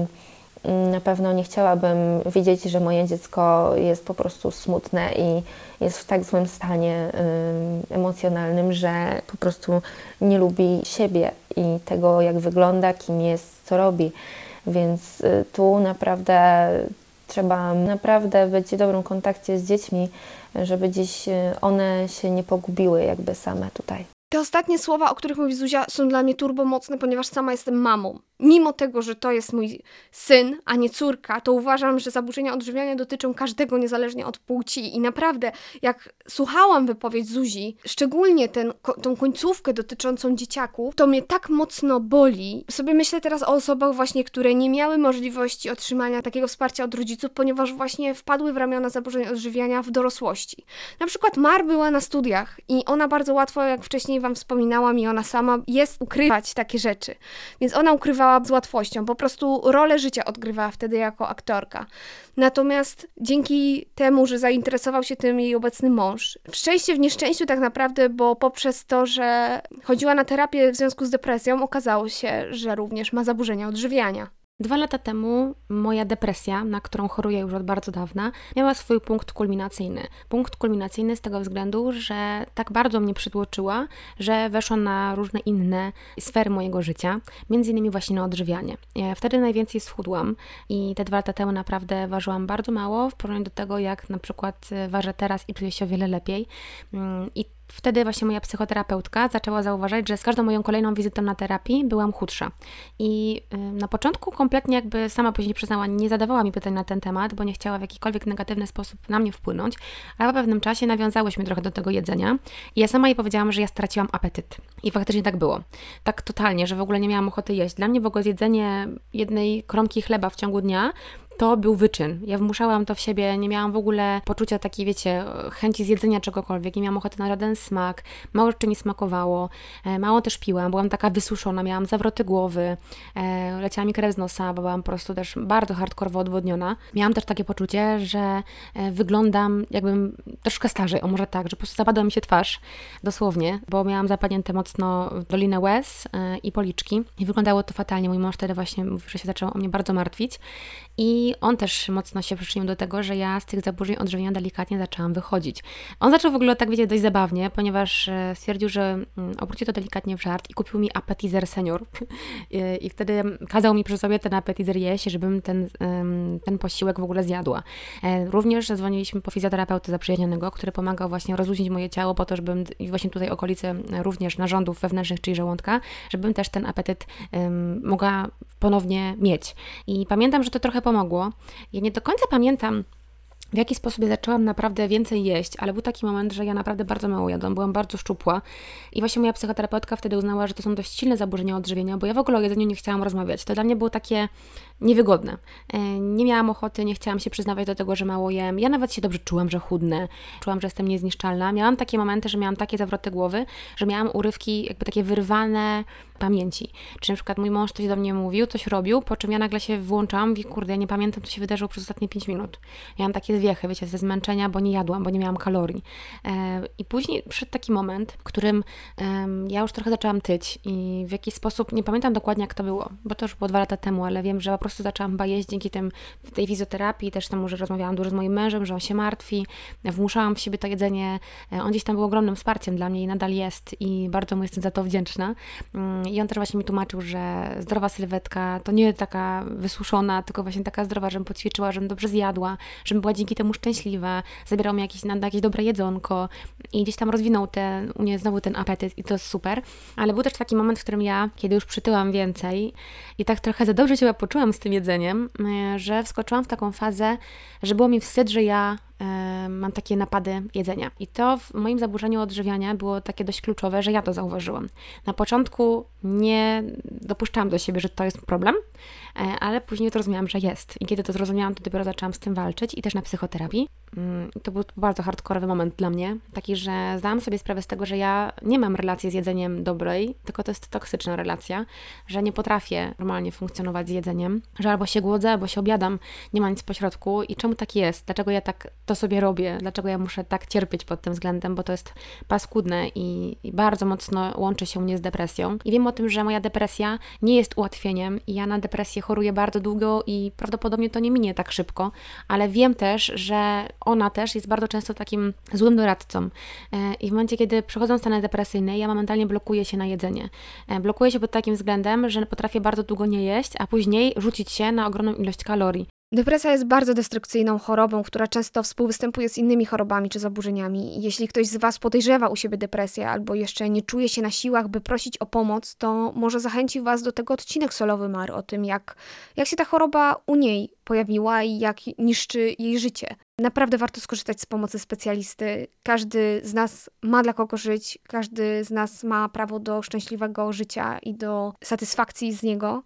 na pewno nie chciałabym widzieć, że moje dziecko jest po prostu smutne i jest w tak złym stanie y, emocjonalnym, że po prostu nie lubi siebie i tego, jak wygląda, kim jest, co robi. Więc y, tu naprawdę trzeba naprawdę być w dobrym kontakcie z dziećmi, żeby gdzieś one się nie pogubiły jakby same tutaj. Te ostatnie słowa, o których mówi Zuzia, są dla mnie turbo mocne, ponieważ sama jestem mamą. Mimo tego, że to jest mój syn, a nie córka, to uważam, że zaburzenia odżywiania dotyczą każdego niezależnie od płci. I naprawdę, jak słuchałam wypowiedź Zuzi, szczególnie ten, tą końcówkę dotyczącą dzieciaków, to mnie tak mocno boli. Sobie myślę teraz o osobach właśnie, które nie miały możliwości otrzymania takiego wsparcia od rodziców, ponieważ właśnie wpadły w ramiona zaburzeń odżywiania w dorosłości. Na przykład Mar była na studiach i ona bardzo łatwo, jak wcześniej Wam wspominałam, i ona sama jest ukrywać takie rzeczy. Więc ona ukrywała z łatwością, po prostu rolę życia odgrywała wtedy jako aktorka. Natomiast dzięki temu, że zainteresował się tym jej obecny mąż, w szczęście w nieszczęściu tak naprawdę, bo poprzez to, że chodziła na terapię w związku z depresją, okazało się, że również ma zaburzenia odżywiania. Dwa lata temu moja depresja, na którą choruję już od bardzo dawna, miała swój punkt kulminacyjny. Punkt kulminacyjny z tego względu, że tak bardzo mnie przytłoczyła, że weszła na różne inne sfery mojego życia, między innymi właśnie na odżywianie. Ja wtedy najwięcej schudłam i te dwa lata temu naprawdę ważyłam bardzo mało w porównaniu do tego, jak na przykład ważę teraz i czuję się o wiele lepiej. I wtedy właśnie moja psychoterapeutka zaczęła zauważać, że z każdą moją kolejną wizytą na terapii byłam chudsza. I na początku kompletnie jakby sama później przyznała, nie zadawała mi pytań na ten temat, bo nie chciała w jakikolwiek negatywny sposób na mnie wpłynąć, ale po pewnym czasie nawiązałyśmy trochę do tego jedzenia i ja sama jej powiedziałam, że ja straciłam apetyt. I faktycznie tak było. Tak totalnie, że w ogóle nie miałam ochoty jeść. Dla mnie w ogóle zjedzenie jednej kromki chleba w ciągu dnia to był wyczyn. Ja wmuszałam to w siebie, nie miałam w ogóle poczucia takiej, wiecie, chęci zjedzenia czegokolwiek, nie miałam ochoty na żaden smak, mało rzeczy mi smakowało, mało też piłam, byłam taka wysuszona, miałam zawroty głowy, leciała mi krew z nosa, bo byłam po prostu też bardzo hardkorowo odwodniona. Miałam też takie poczucie, że wyglądam jakbym troszkę starzej, o może tak, że po prostu zapadła mi się twarz, dosłownie, bo miałam zapadnięte mocno dolinę łez i policzki i wyglądało to fatalnie. Mój mąż wtedy właśnie mówił, że się zaczął o mnie bardzo martwić i on też mocno się przyczynił do tego, że ja z tych zaburzeń odżywiania delikatnie zaczęłam wychodzić. On zaczął w ogóle tak, wiecie, dość zabawnie, ponieważ stwierdził, że obróci to delikatnie w żart i kupił mi appetizer senior. I wtedy kazał mi przy sobie ten appetizer jeść, żebym ten, ten posiłek w ogóle zjadła. Również zadzwoniliśmy po fizjoterapeutę zaprzyjaźnionego, który pomagał właśnie rozluźnić moje ciało po to, żebym właśnie tutaj okolice również narządów wewnętrznych, czyli żołądka, żebym też ten apetyt um, mogła ponownie mieć. I pamiętam, że to trochę pomogło. Ja nie do końca pamiętam, w jaki sposób ja zaczęłam naprawdę więcej jeść, ale był taki moment, że ja naprawdę bardzo mało jadłam, byłam bardzo szczupła i właśnie moja psychoterapeutka wtedy uznała, że to są dość silne zaburzenia odżywienia, bo ja w ogóle o jedzeniu nie chciałam rozmawiać. To dla mnie było takie niewygodne. Nie miałam ochoty, nie chciałam się przyznawać do tego, że mało jem. Ja nawet się dobrze czułam, że chudnę. Czułam, że jestem niezniszczalna. Miałam takie momenty, że miałam takie zawroty głowy, że miałam urywki jakby takie wyrwane pamięci. Czy na przykład mój mąż coś do mnie mówił, coś robił, po czym ja nagle się włączałam i kurde, ja nie pamiętam, co się wydarzyło przez ostatnie pięć minut. Miałam takie zwiechy, wiecie, ze zmęczenia, bo nie jadłam, bo nie miałam kalorii. I później przyszedł taki moment, w którym ja już trochę zaczęłam tyć i w jakiś sposób, nie pamiętam dokładnie jak to było, bo to już było dwa lata temu, ale wiem, że po prostu zaczęłam chyba jeść dzięki tym, tej fizjoterapii, też tam, że rozmawiałam dużo z moim mężem, że on się martwi, wmuszałam w siebie to jedzenie, on gdzieś tam był ogromnym wsparciem dla mnie i nadal jest i bardzo mu jestem za to wdzięczna. I on też właśnie mi tłumaczył, że zdrowa sylwetka to nie taka wysuszona, tylko właśnie taka zdrowa, żebym poćwiczyła, żebym dobrze zjadła, żebym była dzięki temu szczęśliwa, zabierał mi jakieś, na jakieś dobre jedzonko i gdzieś tam rozwinął ten, u mnie znowu ten apetyt i to jest super. Ale był też taki moment, w którym ja, kiedy już przytyłam więcej i tak trochę za dobrze się poczułam z tym jedzeniem, że wskoczyłam w taką fazę, że było mi wstyd, że ja e, mam takie napady jedzenia. I to w moim zaburzeniu odżywiania było takie dość kluczowe, że ja to zauważyłam. Na początku nie dopuszczałam do siebie, że to jest problem, e, ale później to rozumiałam, że jest. I kiedy to zrozumiałam, to dopiero zaczęłam z tym walczyć i też na psychoterapii. Mm, to był bardzo hardkorowy moment dla mnie, taki, że zdałam sobie sprawę z tego, że ja nie mam relacji z jedzeniem dobrej, tylko to jest toksyczna relacja, że nie potrafię normalnie funkcjonować z jedzeniem, że albo się głodzę, albo się obiadam, nie ma nic pośrodku i czemu tak jest? Dlaczego ja tak to sobie robię? Dlaczego ja muszę tak cierpieć pod tym względem? Bo to jest paskudne i, i bardzo mocno łączy się mnie z depresją. I wiem o tym, że moja depresja nie jest ułatwieniem i ja na depresję choruję bardzo długo i prawdopodobnie to nie minie tak szybko, ale wiem też, że ona też jest bardzo często takim złym doradcą. I w momencie, kiedy przychodzą stany depresyjne, ja momentalnie blokuję się na jedzenie. Blokuję się pod takim względem, że potrafię bardzo długo nie jeść, a później rzucić się na ogromną ilość kalorii. Depresja jest bardzo destrukcyjną chorobą, która często współwystępuje z innymi chorobami czy zaburzeniami. Jeśli ktoś z Was podejrzewa u siebie depresję albo jeszcze nie czuje się na siłach, by prosić o pomoc, to może zachęci Was do tego odcinek solowy Mar o tym, jak, jak się ta choroba u niej pojawiła i jak niszczy jej życie. Naprawdę warto skorzystać z pomocy specjalisty. Każdy z nas ma dla kogo żyć, każdy z nas ma prawo do szczęśliwego życia i do satysfakcji z niego.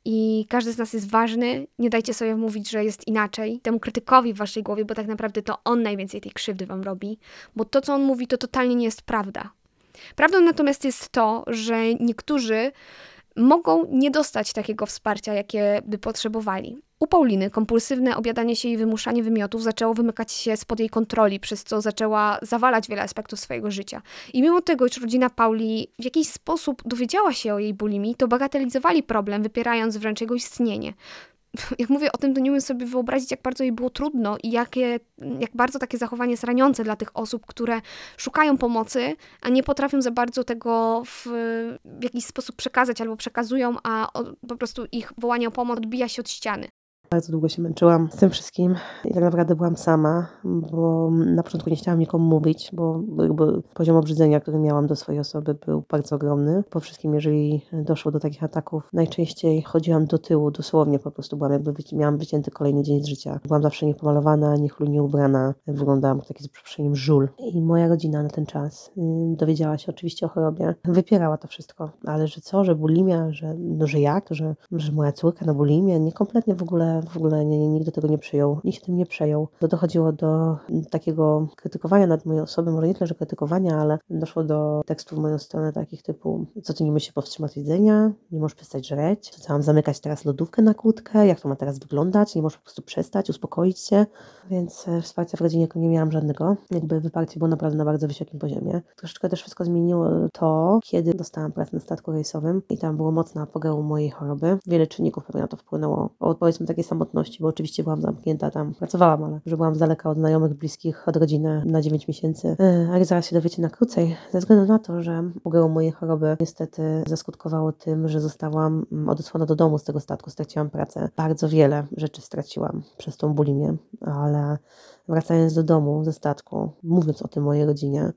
I każdy z nas jest ważny, nie dajcie sobie mówić, że jest inaczej, temu krytykowi w waszej głowie, bo tak naprawdę to on najwięcej tej krzywdy wam robi, bo to, co on mówi, to totalnie nie jest prawda. Prawdą natomiast jest to, że niektórzy mogą nie dostać takiego wsparcia, jakie by potrzebowali. U Pauliny kompulsywne obiadanie się i wymuszanie wymiotów zaczęło wymykać się spod jej kontroli, przez co zaczęła zawalać wiele aspektów swojego życia. I mimo tego, iż rodzina Pauli w jakiś sposób dowiedziała się o jej bulimii, to bagatelizowali problem, wypierając wręcz jego istnienie. Jak mówię o tym, to nie umiem sobie wyobrazić, jak bardzo jej było trudno i jakie, jak bardzo takie zachowanie jest raniące dla tych osób, które szukają pomocy, a nie potrafią za bardzo tego w, w jakiś sposób przekazać albo przekazują, a o, po prostu ich wołanie o pomoc odbija się od ściany. Bardzo długo się męczyłam z tym wszystkim i tak naprawdę byłam sama, bo na początku nie chciałam nikomu mówić, bo jakby poziom obrzydzenia, który miałam do swojej osoby, był bardzo ogromny. Po wszystkim, jeżeli doszło do takich ataków, najczęściej chodziłam do tyłu, dosłownie po prostu byłam jakby, miałam wycięty kolejny dzień z życia. Byłam zawsze niepomalowana, niechlujnie ubrana, wyglądałam jak taki z przeproszeniem żul. I moja rodzina na ten czas dowiedziała się oczywiście o chorobie, wypierała to wszystko, ale że co, że bulimia, że, no, że jak, że, że moja córka na bulimię, nie kompletnie w ogóle w ogóle nie, nie, nikt do tego nie przyjął, nikt się tym nie przejął. To dochodziło do takiego krytykowania nad mojej osoby, może nie tyle, że krytykowania, ale doszło do tekstów w moją stronę takich typu, co ty nie musisz się powstrzymać jedzenia, nie możesz przestać żreć, co mam zamykać teraz lodówkę na kłódkę, jak to ma teraz wyglądać, nie możesz po prostu przestać, uspokoić się, więc wsparcia w rodzinie nie miałam żadnego. Jakby wyparcie było naprawdę na bardzo wysokim poziomie. Troszeczkę też wszystko zmieniło to, kiedy dostałam pracę na statku rejsowym i tam było mocna apogeu mojej choroby. Wiele czynników pewnie na to wpłynęło. Od powiedzmy takiej samotności, bo oczywiście byłam zamknięta tam, pracowałam, ale że byłam z daleka od znajomych, bliskich, od rodziny na dziewięć miesięcy. Ale zaraz się dowiecie na krócej, ze względu na to, że apogeu mojej choroby niestety zaskutkowało tym, że zostałam odesłana do domu z tego statku, straciłam pracę. Bardzo wiele rzeczy straciłam przez tą bulimię, ale wracając do domu ze statku, mówiąc o tym mojej rodzinie,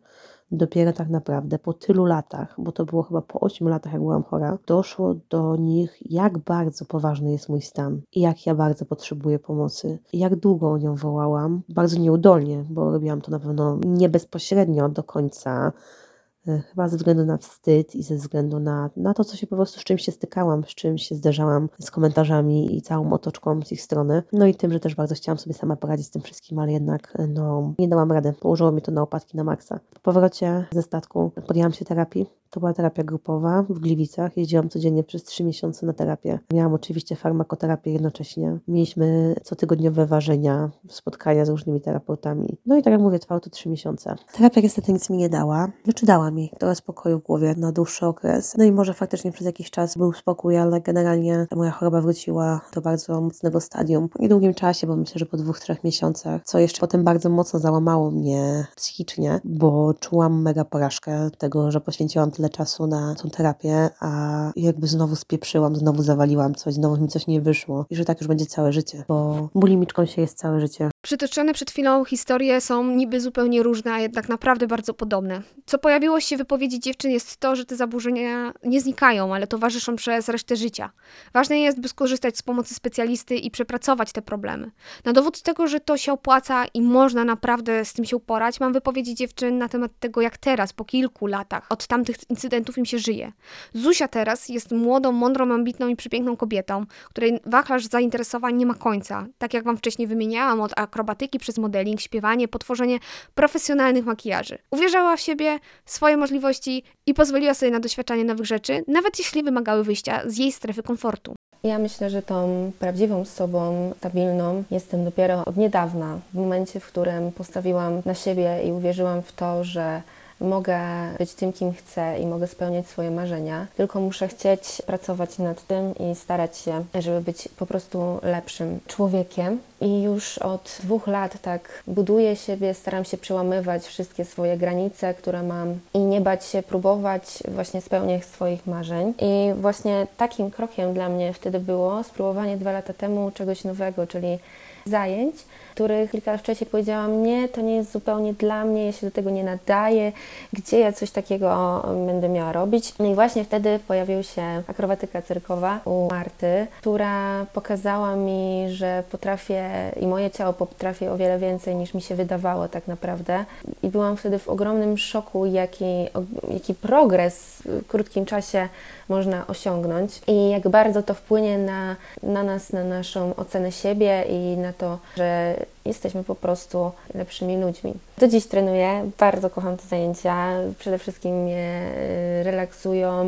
dopiero tak naprawdę po tylu latach, bo to było chyba po ośmiu latach, jak byłam chora, doszło do nich, jak bardzo poważny jest mój stan i jak ja bardzo potrzebuję pomocy. I jak długo o nią wołałam, bardzo nieudolnie, bo robiłam to na pewno nie bezpośrednio do końca, chyba ze względu na wstyd i ze względu na, na to, co się po prostu, z czym się stykałam, z czym się zderzałam, z komentarzami i całą otoczką z ich strony. No i tym, że też bardzo chciałam sobie sama poradzić z tym wszystkim, ale jednak no, nie dałam rady. Położyło mi to na opadki na maksa. Po powrocie ze statku podjęłam się terapii. To była terapia grupowa w Gliwicach. Jeździłam codziennie przez trzy miesiące na terapię. Miałam oczywiście farmakoterapię jednocześnie. Mieliśmy cotygodniowe ważenia, spotkania z różnymi terapeutami. No i tak jak mówię, trwało to trzy miesiące. Terapia niestety nic mi nie dała. Znaczy dała mi trochę spokoju w głowie na dłuższy okres. No i może faktycznie przez jakiś czas był spokój, ale generalnie moja choroba wróciła do bardzo mocnego stadium. Po niedługim czasie, bo myślę, że po dwóch, trzech miesiącach, co jeszcze potem bardzo mocno załamało mnie psychicznie, bo czułam mega porażkę tego, że poświęciłam tyle czasu na tą terapię, a jakby znowu spieprzyłam, znowu zawaliłam coś, znowu mi coś nie wyszło i że tak już będzie całe życie, bo bulimiczką się jest całe życie. Przytoczone przed chwilą historie są niby zupełnie różne, a jednak naprawdę bardzo podobne. Co pojawiło się w wypowiedzi dziewczyn jest to, że te zaburzenia nie znikają, ale towarzyszą przez resztę życia. Ważne jest, by skorzystać z pomocy specjalisty i przepracować te problemy. Na dowód tego, że to się opłaca i można naprawdę z tym się uporać, mam wypowiedzi dziewczyn na temat tego, jak teraz, po kilku latach od tamtych incydentów im się żyje. Zuzia teraz jest młodą, mądrą, ambitną i przepiękną kobietą, której wachlarz zainteresowań nie ma końca. Tak jak wam wcześniej wymieniałam, od akrobatyki przez modeling, śpiewanie, po tworzenie profesjonalnych makijaży. Uwierzyła w siebie, swoje możliwości i pozwoliła sobie na doświadczanie nowych rzeczy, nawet jeśli wymagały wyjścia z jej strefy komfortu. Ja myślę, że tą prawdziwą sobą, stabilną jestem dopiero od niedawna, w momencie, w którym postawiłam na siebie i uwierzyłam w to, że mogę być tym, kim chcę i mogę spełniać swoje marzenia, tylko muszę chcieć pracować nad tym i starać się, żeby być po prostu lepszym człowiekiem. I już od dwóch lat tak buduję siebie, staram się przełamywać wszystkie swoje granice, które mam i nie bać się próbować właśnie spełniać swoich marzeń. I właśnie takim krokiem dla mnie wtedy było spróbowanie dwa lata temu czegoś nowego, czyli zajęć, których kilka lat wcześniej powiedziałam, nie, to nie jest zupełnie dla mnie, ja się do tego nie nadaję, gdzie ja coś takiego będę miała robić. No i właśnie wtedy pojawiła się akrobatyka cyrkowa u Marty, która pokazała mi, że potrafię i moje ciało potrafi o wiele więcej niż mi się wydawało tak naprawdę. I byłam wtedy w ogromnym szoku, jaki, jaki progres w krótkim czasie można osiągnąć i jak bardzo to wpłynie na, na nas, na naszą ocenę siebie i na to, że jesteśmy po prostu lepszymi ludźmi. Do dziś trenuję, bardzo kocham te zajęcia, przede wszystkim mnie relaksują,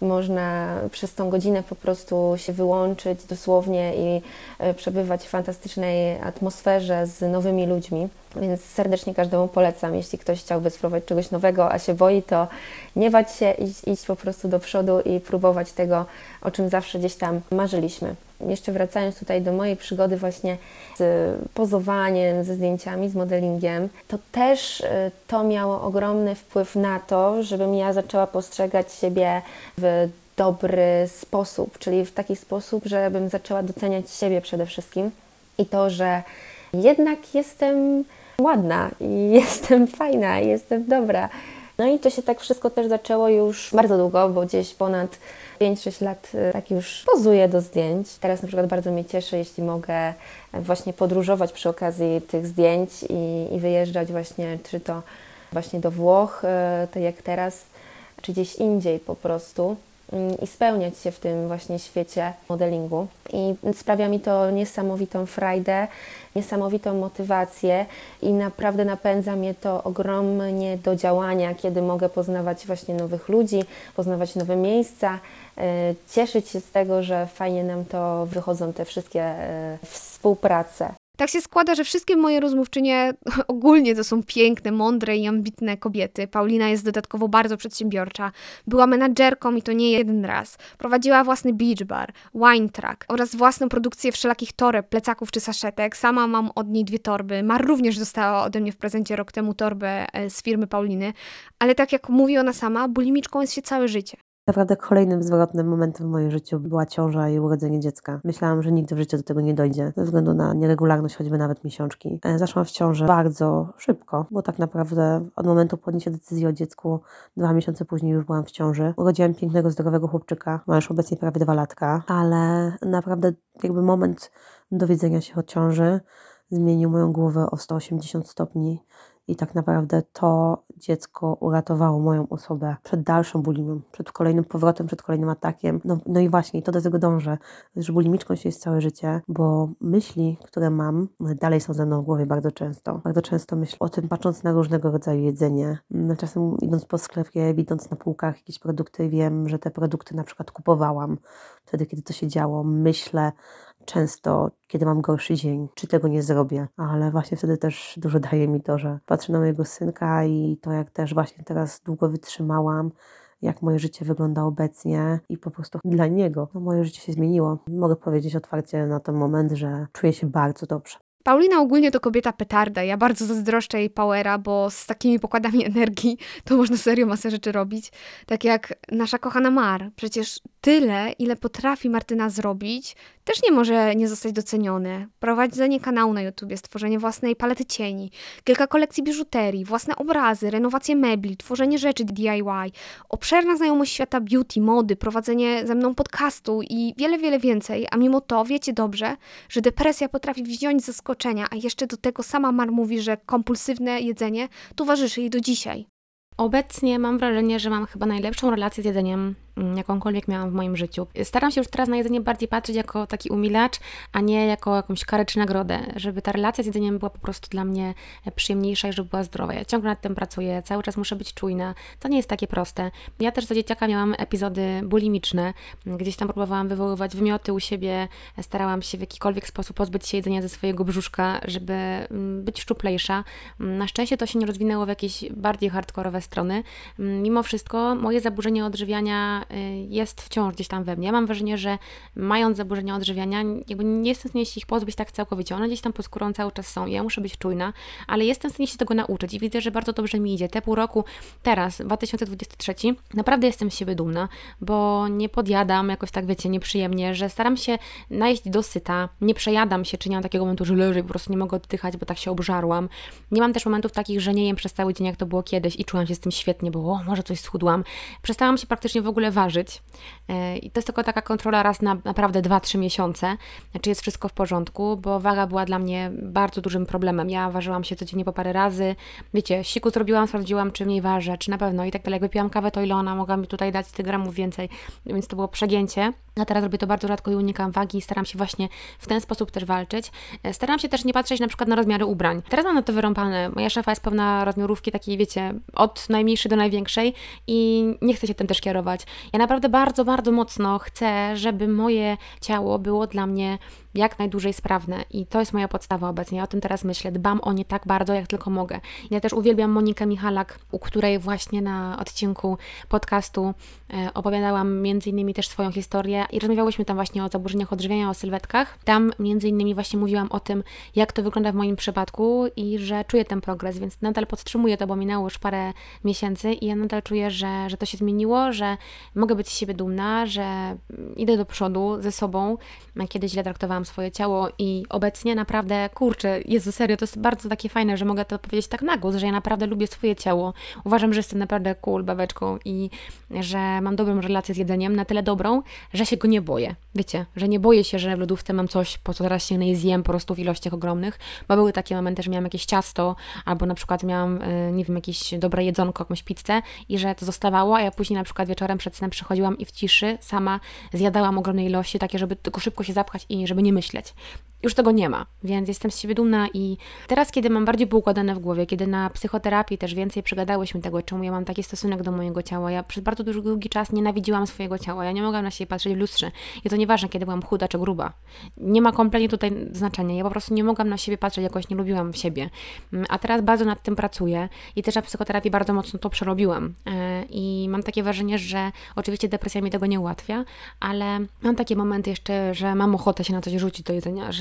można przez tą godzinę po prostu się wyłączyć dosłownie i przebywać w fantastycznej atmosferze z nowymi ludźmi, więc serdecznie każdemu polecam, jeśli ktoś chciałby spróbować czegoś nowego, a się boi, to nie bać się, iść, iść po prostu do przodu i próbować tego, o czym zawsze gdzieś tam marzyliśmy. Jeszcze wracając tutaj do mojej przygody właśnie z pozowaniem, ze zdjęciami, z modelingiem, to też to miało ogromny wpływ na to, żebym ja zaczęła postrzegać siebie w dobry sposób, czyli w taki sposób, żebym zaczęła doceniać siebie przede wszystkim i to, że jednak jestem ładna i jestem fajna i jestem dobra. No i to się tak wszystko też zaczęło już bardzo długo, bo gdzieś ponad pięć sześć lat tak już pozuję do zdjęć. Teraz na przykład bardzo mnie cieszy, jeśli mogę właśnie podróżować przy okazji tych zdjęć i, i wyjeżdżać właśnie, czy to właśnie do Włoch, tak jak teraz, czy gdzieś indziej po prostu i spełniać się w tym właśnie świecie modelingu. I sprawia mi to niesamowitą frajdę, niesamowitą motywację i naprawdę napędza mnie to ogromnie do działania, kiedy mogę poznawać właśnie nowych ludzi, poznawać nowe miejsca, cieszyć się z tego, że fajnie nam to wychodzą te wszystkie współprace. Tak się składa, że wszystkie moje rozmówczynie ogólnie to są piękne, mądre i ambitne kobiety. Paulina jest dodatkowo bardzo przedsiębiorcza. Była menadżerką i to nie jeden raz. Prowadziła własny beach bar, wine truck oraz własną produkcję wszelakich toreb, plecaków czy saszetek. Sama mam od niej dwie torby. Mar również dostała ode mnie w prezencie rok temu torbę z firmy Pauliny. Ale tak jak mówi ona sama, bulimiczką jest się całe życie. naprawdę kolejnym zwrotnym momentem w moim życiu była ciąża i urodzenie dziecka. Myślałam, że nigdy w życiu do tego nie dojdzie, ze względu na nieregularność choćby nawet miesiączki. Zaszłam w ciążę bardzo szybko, bo tak naprawdę od momentu podjęcia decyzji o dziecku dwa miesiące później już byłam w ciąży. Urodziłam pięknego, zdrowego chłopczyka, ma już obecnie prawie dwa latka, ale naprawdę jakby moment dowiedzenia się o ciąży zmienił moją głowę o sto osiemdziesiąt stopni. I tak naprawdę to dziecko uratowało moją osobę przed dalszą bulimią, przed kolejnym powrotem, przed kolejnym atakiem. No, no i właśnie, to do tego dążę, że bulimiczką się jest całe życie, bo myśli, które mam, dalej są ze mną w głowie bardzo często. Bardzo często myślę o tym, patrząc na różnego rodzaju jedzenie. Czasem idąc po sklepie, widząc na półkach jakieś produkty, wiem, że te produkty na przykład kupowałam wtedy, kiedy to się działo. Myślę często, kiedy mam gorszy dzień, czy tego nie zrobię, ale właśnie wtedy też dużo daje mi to, że patrzę na mojego synka i to, jak też właśnie teraz długo wytrzymałam, jak moje życie wygląda obecnie i po prostu dla niego no, moje życie się zmieniło. Mogę powiedzieć otwarcie na ten moment, że czuję się bardzo dobrze. Paulina ogólnie to kobieta petarda. Ja bardzo zazdroszczę jej powera, bo z takimi pokładami energii to można serio masę rzeczy robić. Tak jak nasza kochana Mar. Przecież tyle, ile potrafi Martyna zrobić, też nie może nie zostać docenione. Prowadzenie kanału na YouTubie, stworzenie własnej palety cieni, kilka kolekcji biżuterii, własne obrazy, renowacje mebli, tworzenie rzeczy D I Y, obszerna znajomość świata beauty, mody, prowadzenie ze mną podcastu i wiele, wiele więcej. A mimo to wiecie dobrze, że depresja potrafi wziąć zaskoczenia, a jeszcze do tego sama Mar mówi, że kompulsywne jedzenie towarzyszy jej do dzisiaj. Obecnie mam wrażenie, że mam chyba najlepszą relację z jedzeniem, jakąkolwiek miałam w moim życiu. Staram się już teraz na jedzenie bardziej patrzeć jako taki umilacz, a nie jako jakąś karę czy nagrodę, żeby ta relacja z jedzeniem była po prostu dla mnie przyjemniejsza i żeby była zdrowa. Ja ciągle nad tym pracuję, cały czas muszę być czujna. To nie jest takie proste. Ja też za dzieciaka miałam epizody bulimiczne, gdzieś tam próbowałam wywoływać wymioty u siebie, starałam się w jakikolwiek sposób pozbyć się jedzenia ze swojego brzuszka, żeby być szczuplejsza. Na szczęście to się nie rozwinęło w jakieś bardziej hardkorowe strony. Mimo wszystko moje zaburzenie odżywiania jest wciąż gdzieś tam we mnie. Ja mam wrażenie, że mając zaburzenia odżywiania, jakby nie jestem w stanie się ich pozbyć tak całkowicie. One gdzieś tam pod skórą cały czas są. Ja muszę być czujna, ale jestem w stanie się tego nauczyć i widzę, że bardzo dobrze mi idzie. Te pół roku teraz, dwa tysiące dwudziesty trzeci, naprawdę jestem z siebie dumna, bo nie podjadam jakoś tak, wiecie, nieprzyjemnie, że staram się najeść dosyta, nie przejadam się, czy nie mam takiego momentu, że leżę i po prostu nie mogę oddychać, bo tak się obżarłam. Nie mam też momentów takich, że nie jem przez cały dzień, jak to było kiedyś i czułam się z tym świetnie, bo o, może coś schudłam. Przestałam się praktycznie w ogóle ważyć i to jest tylko taka kontrola raz na naprawdę dwa trzy miesiące, czy jest wszystko w porządku, bo waga była dla mnie bardzo dużym problemem. Ja ważyłam się codziennie po parę razy, wiecie, siku zrobiłam, sprawdziłam, czy mniej ważę, czy na pewno i tak dalej. Jak wypiłam kawę, to ile ona mogła mi tutaj dać tych gramów więcej, więc to było przegięcie. A teraz robię to bardzo rzadko i unikam wagi i staram się właśnie w ten sposób też walczyć. Staram się też nie patrzeć na przykład na rozmiary ubrań. Teraz mam na to wyrąbane. Moja szafa jest pełna rozmiarówki takiej, wiecie, od najmniejszej do największej i nie chcę się tym też kierować. Ja naprawdę bardzo, bardzo mocno chcę, żeby moje ciało było dla mnie jak najdłużej sprawne i to jest moja podstawa obecnie. Ja o tym teraz myślę. Dbam o nie tak bardzo, jak tylko mogę. Ja też uwielbiam Monikę Michalak, u której właśnie na odcinku podcastu e, opowiadałam między innymi też swoją historię i rozmawiałyśmy tam właśnie o zaburzeniach odżywiania, o sylwetkach. Tam między innymi właśnie mówiłam o tym, jak to wygląda w moim przypadku i że czuję ten progres, więc nadal podtrzymuję to, bo minęło już parę miesięcy i ja nadal czuję, że, że to się zmieniło, że mogę być z siebie dumna, że idę do przodu ze sobą. Kiedyś źle traktowałam swoje ciało i obecnie naprawdę, kurczę, Jezu, serio, to jest bardzo takie fajne, że mogę to powiedzieć tak na głos, że ja naprawdę lubię swoje ciało. Uważam, że jestem naprawdę cool babeczką i że mam dobrą relację z jedzeniem, na tyle dobrą, że się go nie boję. Wiecie, że nie boję się, że w lodówce mam coś, po co teraz sięgnę i zjem po prostu w ilościach ogromnych, bo były takie momenty, że miałam jakieś ciasto, albo na przykład miałam, nie wiem, jakieś dobre jedzonko, jakąś pizzę i że to zostawało, a ja później na przykład wieczorem przed snem przychodziłam i w ciszy sama zjadałam ogromne ilości, takie, żeby tylko szybko się zapchać i żeby nie myśleć. Już tego nie ma, więc jestem z siebie dumna i teraz, kiedy mam bardziej poukładane w głowie, kiedy na psychoterapii też więcej przygadałyśmy tego, czemu ja mam taki stosunek do mojego ciała. Ja przez bardzo długi, długi czas nienawidziłam swojego ciała. Ja nie mogłam na siebie patrzeć w lustrze. I to nieważne, kiedy byłam chuda czy gruba. Nie ma kompletnie tutaj znaczenia. Ja po prostu nie mogłam na siebie patrzeć, jakoś nie lubiłam siebie. A teraz bardzo nad tym pracuję i też na psychoterapii bardzo mocno to przerobiłam. I mam takie wrażenie, że oczywiście depresja mi tego nie ułatwia, ale mam takie momenty jeszcze, że mam ochotę się na coś rzucić do jedzenia, że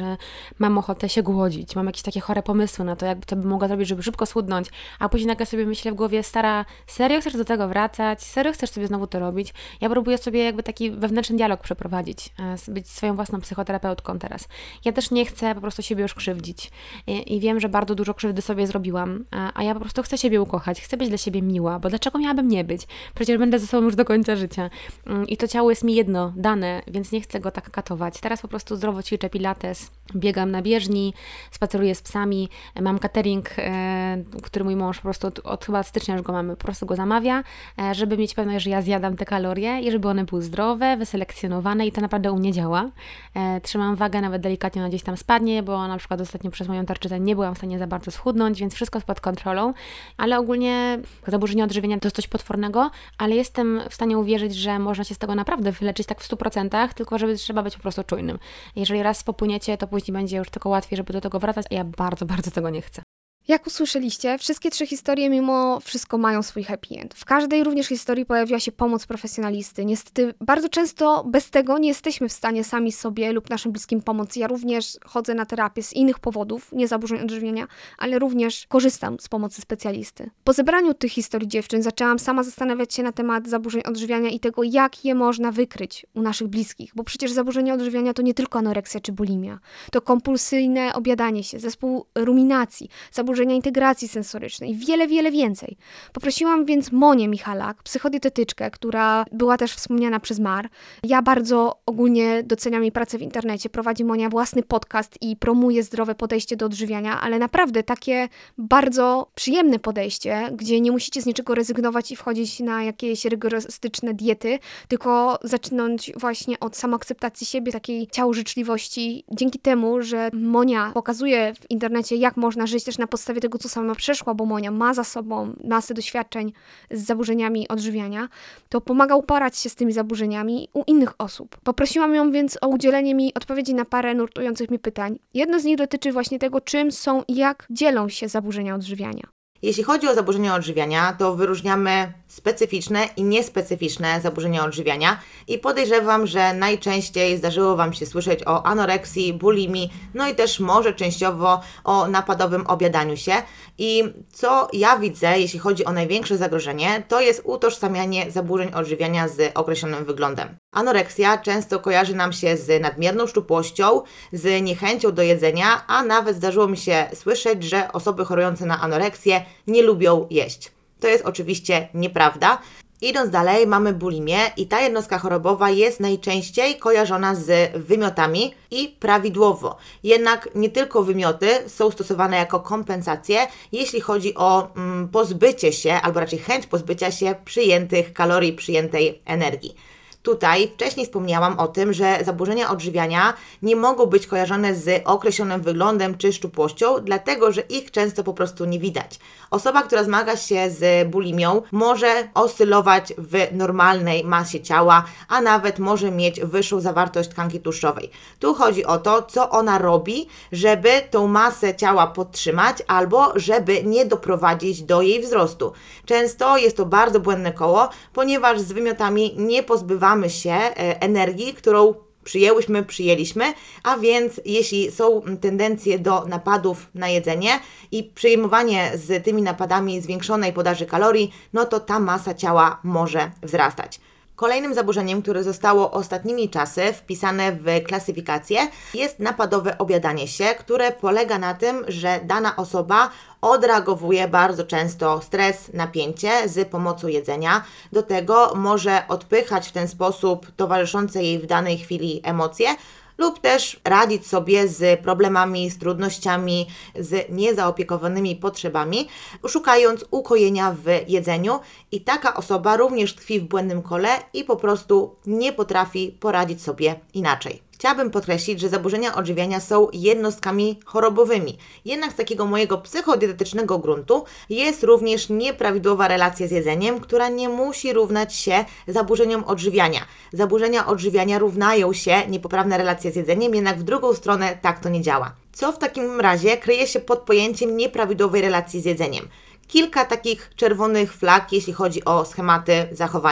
mam ochotę się głodzić, mam jakieś takie chore pomysły na to, jak to bym mogła zrobić, żeby szybko schudnąć, a później nagle sobie myślę w głowie, stara, serio chcesz do tego wracać? Serio chcesz sobie znowu to robić? Ja próbuję sobie jakby taki wewnętrzny dialog przeprowadzić, być swoją własną psychoterapeutką teraz. Ja też nie chcę po prostu siebie już krzywdzić i, i wiem, że bardzo dużo krzywdy sobie zrobiłam, a, a ja po prostu chcę siebie ukochać, chcę być dla siebie miła, bo dlaczego miałabym nie być? Przecież będę ze sobą już do końca życia. I to ciało jest mi jedno, dane, więc nie chcę go tak katować. Teraz po prostu zdrowo ćwiczę pilates, biegam na bieżni, spaceruję z psami, mam catering, e, który mój mąż po prostu od, od chyba stycznia już go mamy, po prostu go zamawia, e, żeby mieć pewność, że ja zjadam te kalorie i żeby one były zdrowe, wyselekcjonowane i to naprawdę u mnie działa. E, trzymam wagę, nawet delikatnie ona gdzieś tam spadnie, bo na przykład ostatnio przez moją tarczycę nie byłam w stanie za bardzo schudnąć, więc wszystko jest pod kontrolą, ale ogólnie zaburzenie odżywienia to jest coś potwornego, ale jestem w stanie uwierzyć, że można się z tego naprawdę wyleczyć tak w stu procentach, tylko żeby trzeba być po prostu czujnym. Jeżeli raz popłyniecie, to później będzie już tylko łatwiej, żeby do tego wracać, a ja bardzo, bardzo tego nie chcę. Jak usłyszeliście, wszystkie trzy historie mimo wszystko mają swój happy end. W każdej również historii pojawiła się pomoc profesjonalisty. Niestety bardzo często bez tego nie jesteśmy w stanie sami sobie lub naszym bliskim pomóc. Ja również chodzę na terapię z innych powodów, nie zaburzeń odżywiania, ale również korzystam z pomocy specjalisty. Po zebraniu tych historii dziewczyn zaczęłam sama zastanawiać się na temat zaburzeń odżywiania i tego, jak je można wykryć u naszych bliskich, bo przecież zaburzenia odżywiania to nie tylko anoreksja czy bulimia. To kompulsyjne objadanie się, zespół ruminacji, zaburzenia integracji sensorycznej i wiele, wiele więcej. Poprosiłam więc Monię Michalak, psychodietetyczkę, która była też wspomniana przez Mar. Ja bardzo ogólnie doceniam jej pracę w internecie. Prowadzi Monia własny podcast i promuje zdrowe podejście do odżywiania, ale naprawdę takie bardzo przyjemne podejście, gdzie nie musicie z niczego rezygnować i wchodzić na jakieś rygorystyczne diety, tylko zaczynać właśnie od samoakceptacji siebie, takiej ciałożyczliwości. Dzięki temu, że Monia pokazuje w internecie, jak można żyć też na podstawie tego, co sama przeszła, bo Monia ma za sobą masę doświadczeń z zaburzeniami odżywiania, to pomaga uporać się z tymi zaburzeniami u innych osób. Poprosiłam ją więc o udzielenie mi odpowiedzi na parę nurtujących mi pytań. Jedno z nich dotyczy właśnie tego, czym są i jak dzielą się zaburzenia odżywiania. Jeśli chodzi o zaburzenia odżywiania, to wyróżniamy specyficzne i niespecyficzne zaburzenia odżywiania i podejrzewam, że najczęściej zdarzyło Wam się słyszeć o anoreksji, bulimii, no i też może częściowo o napadowym objadaniu się. I co ja widzę, jeśli chodzi o największe zagrożenie, to jest utożsamianie zaburzeń odżywiania z określonym wyglądem. Anoreksja często kojarzy nam się z nadmierną szczupłością, z niechęcią do jedzenia, a nawet zdarzyło mi się słyszeć, że osoby chorujące na anoreksję nie lubią jeść. To jest oczywiście nieprawda. Idąc dalej, mamy bulimię i ta jednostka chorobowa jest najczęściej kojarzona z wymiotami i prawidłowo. Jednak nie tylko wymioty są stosowane jako kompensacje, jeśli chodzi o mm, pozbycie się, albo raczej chęć pozbycia się przyjętych kalorii, przyjętej energii. Tutaj wcześniej wspomniałam o tym, że zaburzenia odżywiania nie mogą być kojarzone z określonym wyglądem czy szczupłością, dlatego że ich często po prostu nie widać. Osoba, która zmaga się z bulimią, może oscylować w normalnej masie ciała, a nawet może mieć wyższą zawartość tkanki tłuszczowej. Tu chodzi o to, co ona robi, żeby tą masę ciała podtrzymać albo żeby nie doprowadzić do jej wzrostu. Często jest to bardzo błędne koło, ponieważ z wymiotami nie pozbywamy się energii, którą przyjęłyśmy, przyjęliśmy, a więc jeśli są tendencje do napadów na jedzenie i przyjmowanie z tymi napadami zwiększonej podaży kalorii, no to ta masa ciała może wzrastać. Kolejnym zaburzeniem, które zostało ostatnimi czasy wpisane w klasyfikację, jest napadowe objadanie się, które polega na tym, że dana osoba odreagowuje bardzo często stres, napięcie z pomocą jedzenia. Do tego może odpychać w ten sposób towarzyszące jej w danej chwili emocje, lub też radzić sobie z problemami, z trudnościami, z niezaopiekowanymi potrzebami, szukając ukojenia w jedzeniu i taka osoba również tkwi w błędnym kole i po prostu nie potrafi poradzić sobie inaczej. Chciałabym podkreślić, że zaburzenia odżywiania są jednostkami chorobowymi. Jednak z takiego mojego psychodietetycznego gruntu jest również nieprawidłowa relacja z jedzeniem, która nie musi równać się zaburzeniom odżywiania. Zaburzenia odżywiania równają się niepoprawne relacje z jedzeniem, jednak w drugą stronę tak to nie działa. Co w takim razie kryje się pod pojęciem nieprawidłowej relacji z jedzeniem? Kilka takich czerwonych flag, jeśli chodzi o schematy zachowania.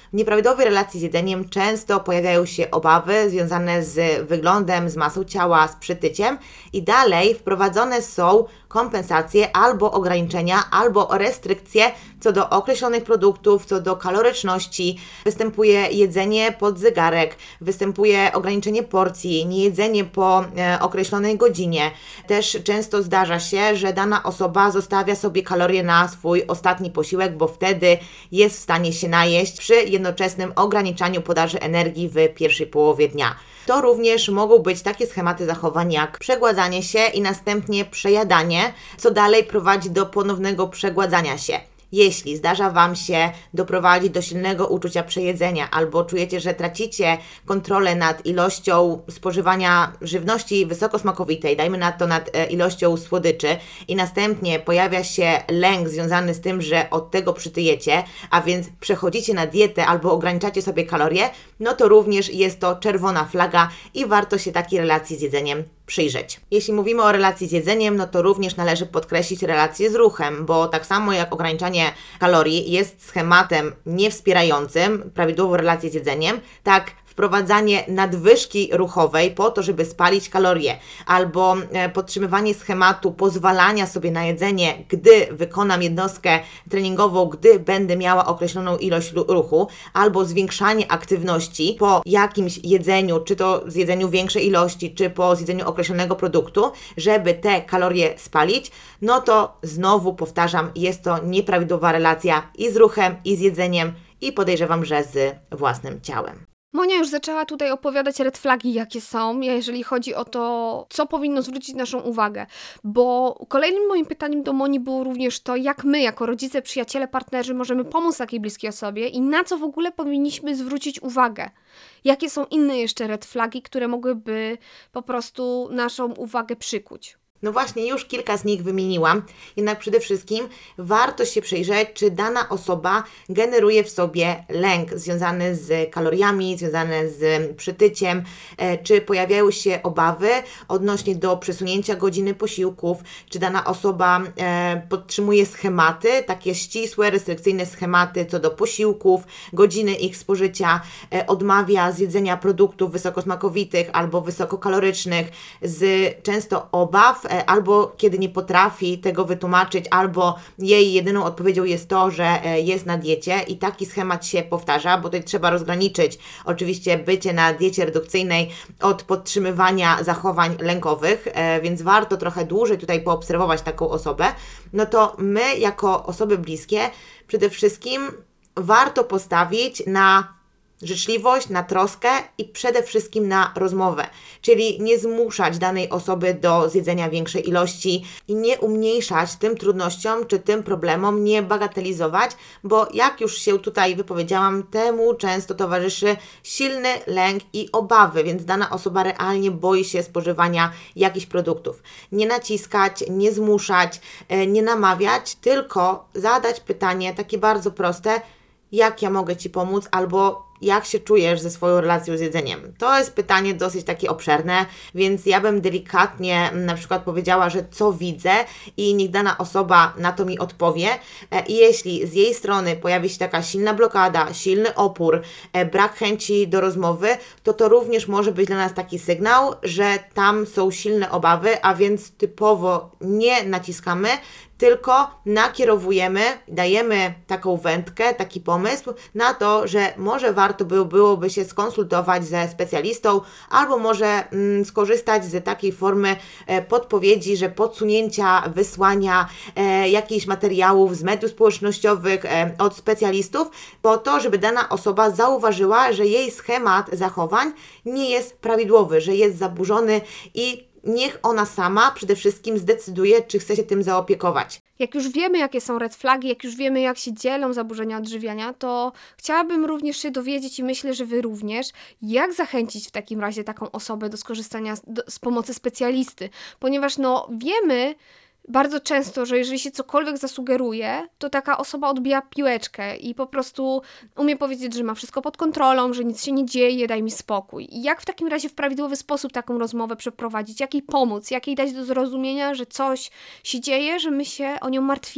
W nieprawidłowej relacji z jedzeniem często pojawiają się obawy związane z wyglądem, z masą ciała, z przytyciem i dalej wprowadzone są kompensacje albo ograniczenia, albo restrykcje co do określonych produktów, co do kaloryczności. Występuje jedzenie pod zegarek, występuje ograniczenie porcji, niejedzenie po e, określonej godzinie. Też często zdarza się, że dana osoba zostawia sobie kalorie na swój ostatni posiłek, bo wtedy jest w stanie się najeść przy jednoczesnym ograniczaniu podaży energii w pierwszej połowie dnia. To również mogą być takie schematy zachowań jak przegładzanie się i następnie przejadanie, co dalej prowadzi do ponownego przegładzania się. Jeśli zdarza Wam się doprowadzić do silnego uczucia przejedzenia albo czujecie, że tracicie kontrolę nad ilością spożywania żywności wysokosmakowitej, dajmy na to nad e, ilością słodyczy i następnie pojawia się lęk związany z tym, że od tego przytyjecie, a więc przechodzicie na dietę albo ograniczacie sobie kalorie, no to również jest to czerwona flaga i warto się takiej relacji z jedzeniem przyjrzeć. Jeśli mówimy o relacji z jedzeniem, no to również należy podkreślić relację z ruchem, bo tak samo jak ograniczanie kalorii jest schematem niewspierającym prawidłową relację z jedzeniem, tak wprowadzanie nadwyżki ruchowej po to, żeby spalić kalorie, albo podtrzymywanie schematu pozwalania sobie na jedzenie, gdy wykonam jednostkę treningową, gdy będę miała określoną ilość ruchu, albo zwiększanie aktywności po jakimś jedzeniu, czy to zjedzeniu większej ilości, czy po zjedzeniu określonego produktu, żeby te kalorie spalić, no to znowu powtarzam, jest to nieprawidłowa relacja i z ruchem, i z jedzeniem, i podejrzewam, że z własnym ciałem. Monia już zaczęła tutaj opowiadać red flagi, jakie są, jeżeli chodzi o to, co powinno zwrócić naszą uwagę. Bo kolejnym moim pytaniem do Moni było również to, jak my, jako rodzice, przyjaciele, partnerzy, możemy pomóc takiej bliskiej osobie i na co w ogóle powinniśmy zwrócić uwagę. Jakie są inne jeszcze red flagi, które mogłyby po prostu naszą uwagę przykuć. No właśnie, już kilka z nich wymieniłam, jednak przede wszystkim warto się przyjrzeć, czy dana osoba generuje w sobie lęk związany z kaloriami, związany z przytyciem, e, czy pojawiają się obawy odnośnie do przesunięcia godziny posiłków, czy dana osoba e, podtrzymuje schematy, takie ścisłe, restrykcyjne schematy co do posiłków, godziny ich spożycia, e, odmawia z jedzenia produktów wysokosmakowitych albo wysokokalorycznych z często obaw, albo kiedy nie potrafi tego wytłumaczyć, albo jej jedyną odpowiedzią jest to, że jest na diecie i taki schemat się powtarza, bo tutaj trzeba rozgraniczyć oczywiście bycie na diecie redukcyjnej od podtrzymywania zachowań lękowych, więc warto trochę dłużej tutaj poobserwować taką osobę. No to my jako osoby bliskie przede wszystkim warto postawić na życzliwość, na troskę i przede wszystkim na rozmowę, czyli nie zmuszać danej osoby do zjedzenia większej ilości i nie umniejszać tym trudnościom czy tym problemom, nie bagatelizować, bo jak już się tutaj wypowiedziałam, temu często towarzyszy silny lęk i obawy, więc dana osoba realnie boi się spożywania jakichś produktów. Nie naciskać, nie zmuszać, nie namawiać, tylko zadać pytanie takie bardzo proste, jak ja mogę Ci pomóc, albo jak się czujesz ze swoją relacją z jedzeniem? To jest pytanie dosyć takie obszerne, więc ja bym delikatnie na przykład powiedziała, że co widzę i niech dana osoba na to mi odpowie. I jeśli z jej strony pojawi się taka silna blokada, silny opór, brak chęci do rozmowy, to to również może być dla nas taki sygnał, że tam są silne obawy, a więc typowo nie naciskamy, tylko nakierowujemy, dajemy taką wędkę, taki pomysł na to, że może warto by, byłoby się skonsultować ze specjalistą, albo może mm, skorzystać z takiej formy e, podpowiedzi, że podsunięcia, wysłania e, jakichś materiałów z mediów społecznościowych e, od specjalistów, po to, żeby dana osoba zauważyła, że jej schemat zachowań nie jest prawidłowy, że jest zaburzony i niech ona sama przede wszystkim zdecyduje, czy chce się tym zaopiekować. Jak już wiemy, jakie są red flagi, jak już wiemy, jak się dzielą zaburzenia odżywiania, to chciałabym również się dowiedzieć i myślę, że Wy również, jak zachęcić w takim razie taką osobę do skorzystania z, do, z pomocy specjalisty. Ponieważ no wiemy bardzo często, że jeżeli się cokolwiek zasugeruje, to taka osoba odbija piłeczkę i po prostu umie powiedzieć, że ma wszystko pod kontrolą, że nic się nie dzieje, daj mi spokój. I jak w takim razie w prawidłowy sposób taką rozmowę przeprowadzić? Jak jej pomóc? Jak jej dać do zrozumienia, że coś się dzieje, że my się o nią martwimy?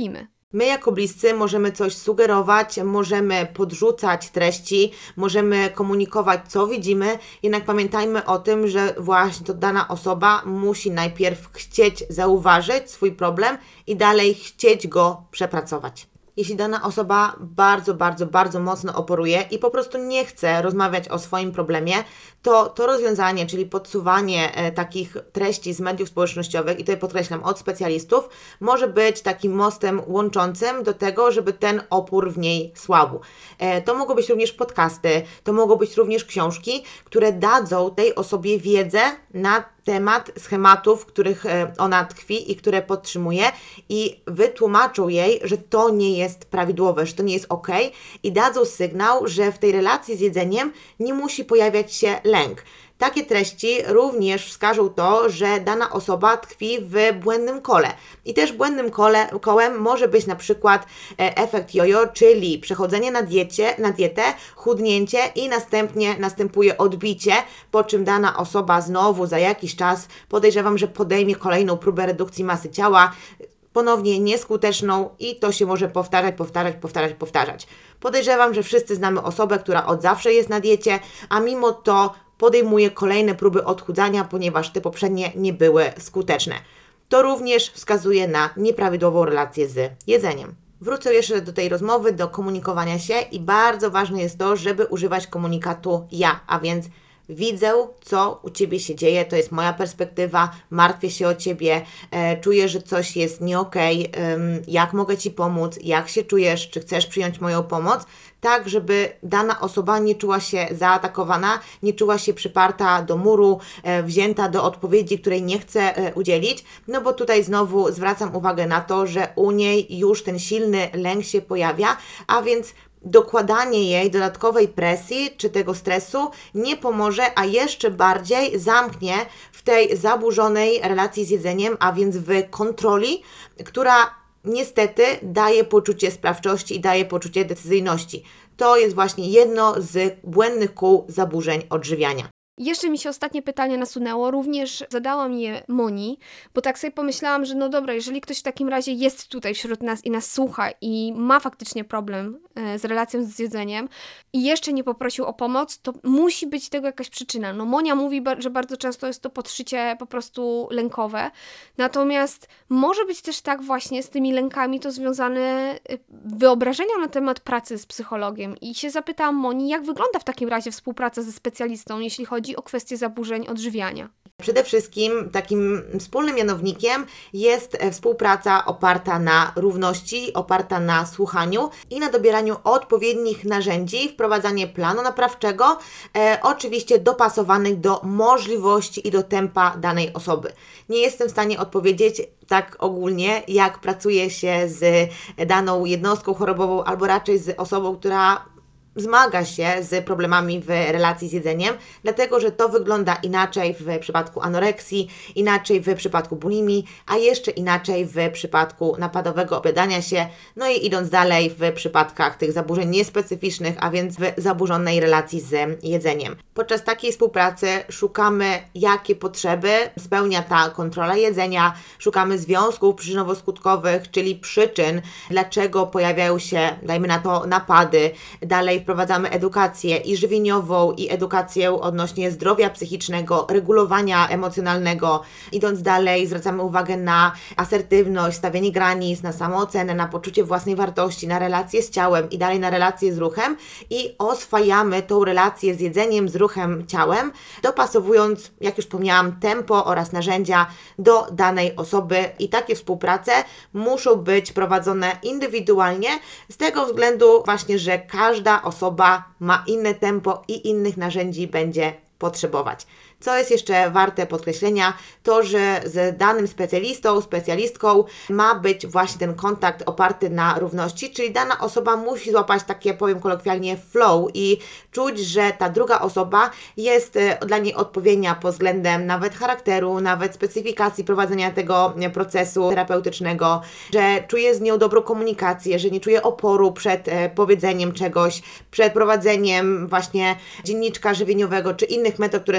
My jako bliscy możemy coś sugerować, możemy podrzucać treści, możemy komunikować, co widzimy, jednak pamiętajmy o tym, że właśnie to dana osoba musi najpierw chcieć zauważyć swój problem i dalej chcieć go przepracować. Jeśli dana osoba bardzo, bardzo, bardzo mocno oporuje i po prostu nie chce rozmawiać o swoim problemie, to to rozwiązanie, czyli podsuwanie e, takich treści z mediów społecznościowych, i tutaj podkreślam, od specjalistów, może być takim mostem łączącym do tego, żeby ten opór w niej słabł. E, to mogą być również podcasty, to mogą być również książki, które dadzą tej osobie wiedzę na temat schematów, w których ona tkwi i które podtrzymuje, i wytłumaczą jej, że to nie jest prawidłowe, że to nie jest ok, i dadzą sygnał, że w tej relacji z jedzeniem nie musi pojawiać się lęk. Takie treści również wskażą to, że dana osoba tkwi w błędnym kole. I też błędnym kole, kołem może być na przykład efekt jojo, czyli przechodzenie na diecie, na dietę, chudnięcie i następnie następuje odbicie, po czym dana osoba znowu za jakiś czas, podejrzewam, że podejmie kolejną próbę redukcji masy ciała, ponownie nieskuteczną, i to się może powtarzać, powtarzać, powtarzać, powtarzać. Podejrzewam, że wszyscy znamy osobę, która od zawsze jest na diecie, a mimo to podejmuje kolejne próby odchudzania, ponieważ te poprzednie nie były skuteczne. To również wskazuje na nieprawidłową relację z jedzeniem. Wrócę jeszcze do tej rozmowy, do komunikowania się, i bardzo ważne jest to, żeby używać komunikatu ja, a więc widzę, co u Ciebie się dzieje, to jest moja perspektywa, martwię się o Ciebie, e, czuję, że coś jest nie okej, e, jak mogę Ci pomóc, jak się czujesz, czy chcesz przyjąć moją pomoc, tak żeby dana osoba nie czuła się zaatakowana, nie czuła się przyparta do muru, e, wzięta do odpowiedzi, której nie chce e, udzielić, no bo tutaj znowu zwracam uwagę na to, że u niej już ten silny lęk się pojawia, a więc dokładanie jej dodatkowej presji czy tego stresu nie pomoże, a jeszcze bardziej zamknie w tej zaburzonej relacji z jedzeniem, a więc w kontroli, która niestety daje poczucie sprawczości i daje poczucie decyzyjności. To jest właśnie jedno z błędnych kół zaburzeń odżywiania. Jeszcze mi się ostatnie pytanie nasunęło, również zadałam je Moni, bo tak sobie pomyślałam, że no dobra, jeżeli ktoś w takim razie jest tutaj wśród nas i nas słucha i ma faktycznie problem z relacją z jedzeniem i jeszcze nie poprosił o pomoc, to musi być tego jakaś przyczyna. No Monia mówi, że bardzo często jest to podszycie po prostu lękowe, natomiast może być też tak właśnie z tymi lękami to związane wyobrażenia na temat pracy z psychologiem, i się zapytałam Moni, jak wygląda w takim razie współpraca ze specjalistą, jeśli chodzi o kwestie zaburzeń odżywiania. Przede wszystkim takim wspólnym mianownikiem jest współpraca oparta na równości, oparta na słuchaniu i na dobieraniu odpowiednich narzędzi, wprowadzanie planu naprawczego, e, oczywiście dopasowanych do możliwości i do tempa danej osoby. Nie jestem w stanie odpowiedzieć tak ogólnie, jak pracuje się z daną jednostką chorobową, albo raczej z osobą, która zmaga się z problemami w relacji z jedzeniem, dlatego że to wygląda inaczej w przypadku anoreksji, inaczej w przypadku bulimii, a jeszcze inaczej w przypadku napadowego obiadania się, no i idąc dalej w przypadkach tych zaburzeń niespecyficznych, a więc w zaburzonej relacji z jedzeniem. Podczas takiej współpracy szukamy, jakie potrzeby spełnia ta kontrola jedzenia, szukamy związków przyczynowo-skutkowych, czyli przyczyn, dlaczego pojawiają się, dajmy na to, napady. Dalej wprowadzamy edukację i żywieniową, i edukację odnośnie zdrowia psychicznego, regulowania emocjonalnego. Idąc dalej, zwracamy uwagę na asertywność, stawianie granic, na samoocenę, na poczucie własnej wartości, na relacje z ciałem i dalej na relacje z ruchem, i oswajamy tą relację z jedzeniem, z ruchem, ciałem, dopasowując, jak już wspomniałam, tempo oraz narzędzia do danej osoby, i takie współprace muszą być prowadzone indywidualnie, z tego względu właśnie, że każda osoba ma inne tempo i innych narzędzi będzie potrzebować. Co jest jeszcze warte podkreślenia, to że z danym specjalistą, specjalistką ma być właśnie ten kontakt oparty na równości, czyli dana osoba musi złapać takie, powiem kolokwialnie, flow i czuć, że ta druga osoba jest dla niej odpowiednia pod względem nawet charakteru, nawet specyfikacji prowadzenia tego procesu terapeutycznego, że czuje z nią dobrą komunikację, że nie czuje oporu przed powiedzeniem czegoś, przed prowadzeniem właśnie dzienniczka żywieniowego czy innych metod, które są stosowane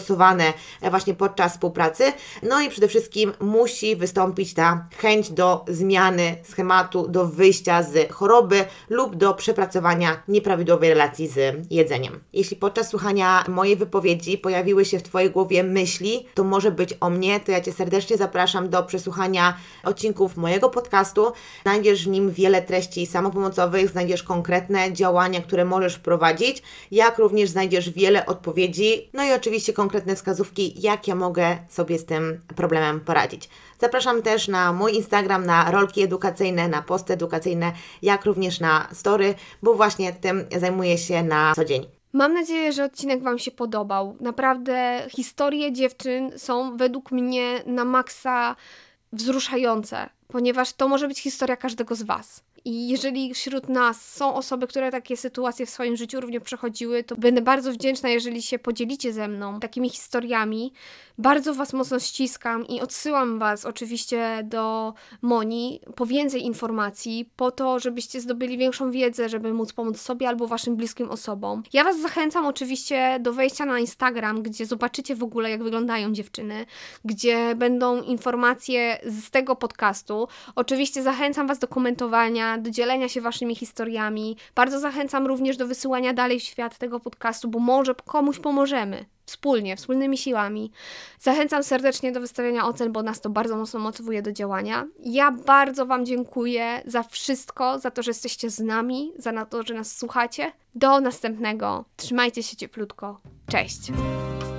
stosowane właśnie podczas współpracy. No i przede wszystkim musi wystąpić ta chęć do zmiany schematu, do wyjścia z choroby lub do przepracowania nieprawidłowej relacji z jedzeniem. Jeśli podczas słuchania mojej wypowiedzi pojawiły się w Twojej głowie myśli, to może być o mnie, to ja Cię serdecznie zapraszam do przesłuchania odcinków mojego podcastu. Znajdziesz w nim wiele treści samopomocowych, znajdziesz konkretne działania, które możesz wprowadzić, jak również znajdziesz wiele odpowiedzi, no i oczywiście konkretne wskazówki, jak ja mogę sobie z tym problemem poradzić. Zapraszam też na mój Instagram, na rolki edukacyjne, na posty edukacyjne, jak również na story, bo właśnie tym zajmuję się na co dzień. Mam nadzieję, że odcinek Wam się podobał. Naprawdę historie dziewczyn są według mnie na maksa wzruszające, ponieważ to może być historia każdego z Was. I jeżeli wśród nas są osoby, które takie sytuacje w swoim życiu również przechodziły, to będę bardzo wdzięczna, jeżeli się podzielicie ze mną takimi historiami. Bardzo Was mocno ściskam i odsyłam Was oczywiście do Moni po więcej informacji, po to, żebyście zdobyli większą wiedzę, żeby móc pomóc sobie albo Waszym bliskim osobom. Ja Was zachęcam oczywiście do wejścia na Instagram, gdzie zobaczycie w ogóle, jak wyglądają dziewczyny, gdzie będą informacje z tego podcastu. Oczywiście zachęcam Was do komentowania, do dzielenia się Waszymi historiami. Bardzo zachęcam również do wysyłania dalej w świat tego podcastu, bo może komuś pomożemy. Wspólnie, wspólnymi siłami. Zachęcam serdecznie do wystawiania ocen, bo nas to bardzo mocno motywuje do działania. Ja bardzo Wam dziękuję za wszystko, za to, że jesteście z nami, za to, że nas słuchacie. Do następnego. Trzymajcie się cieplutko. Cześć!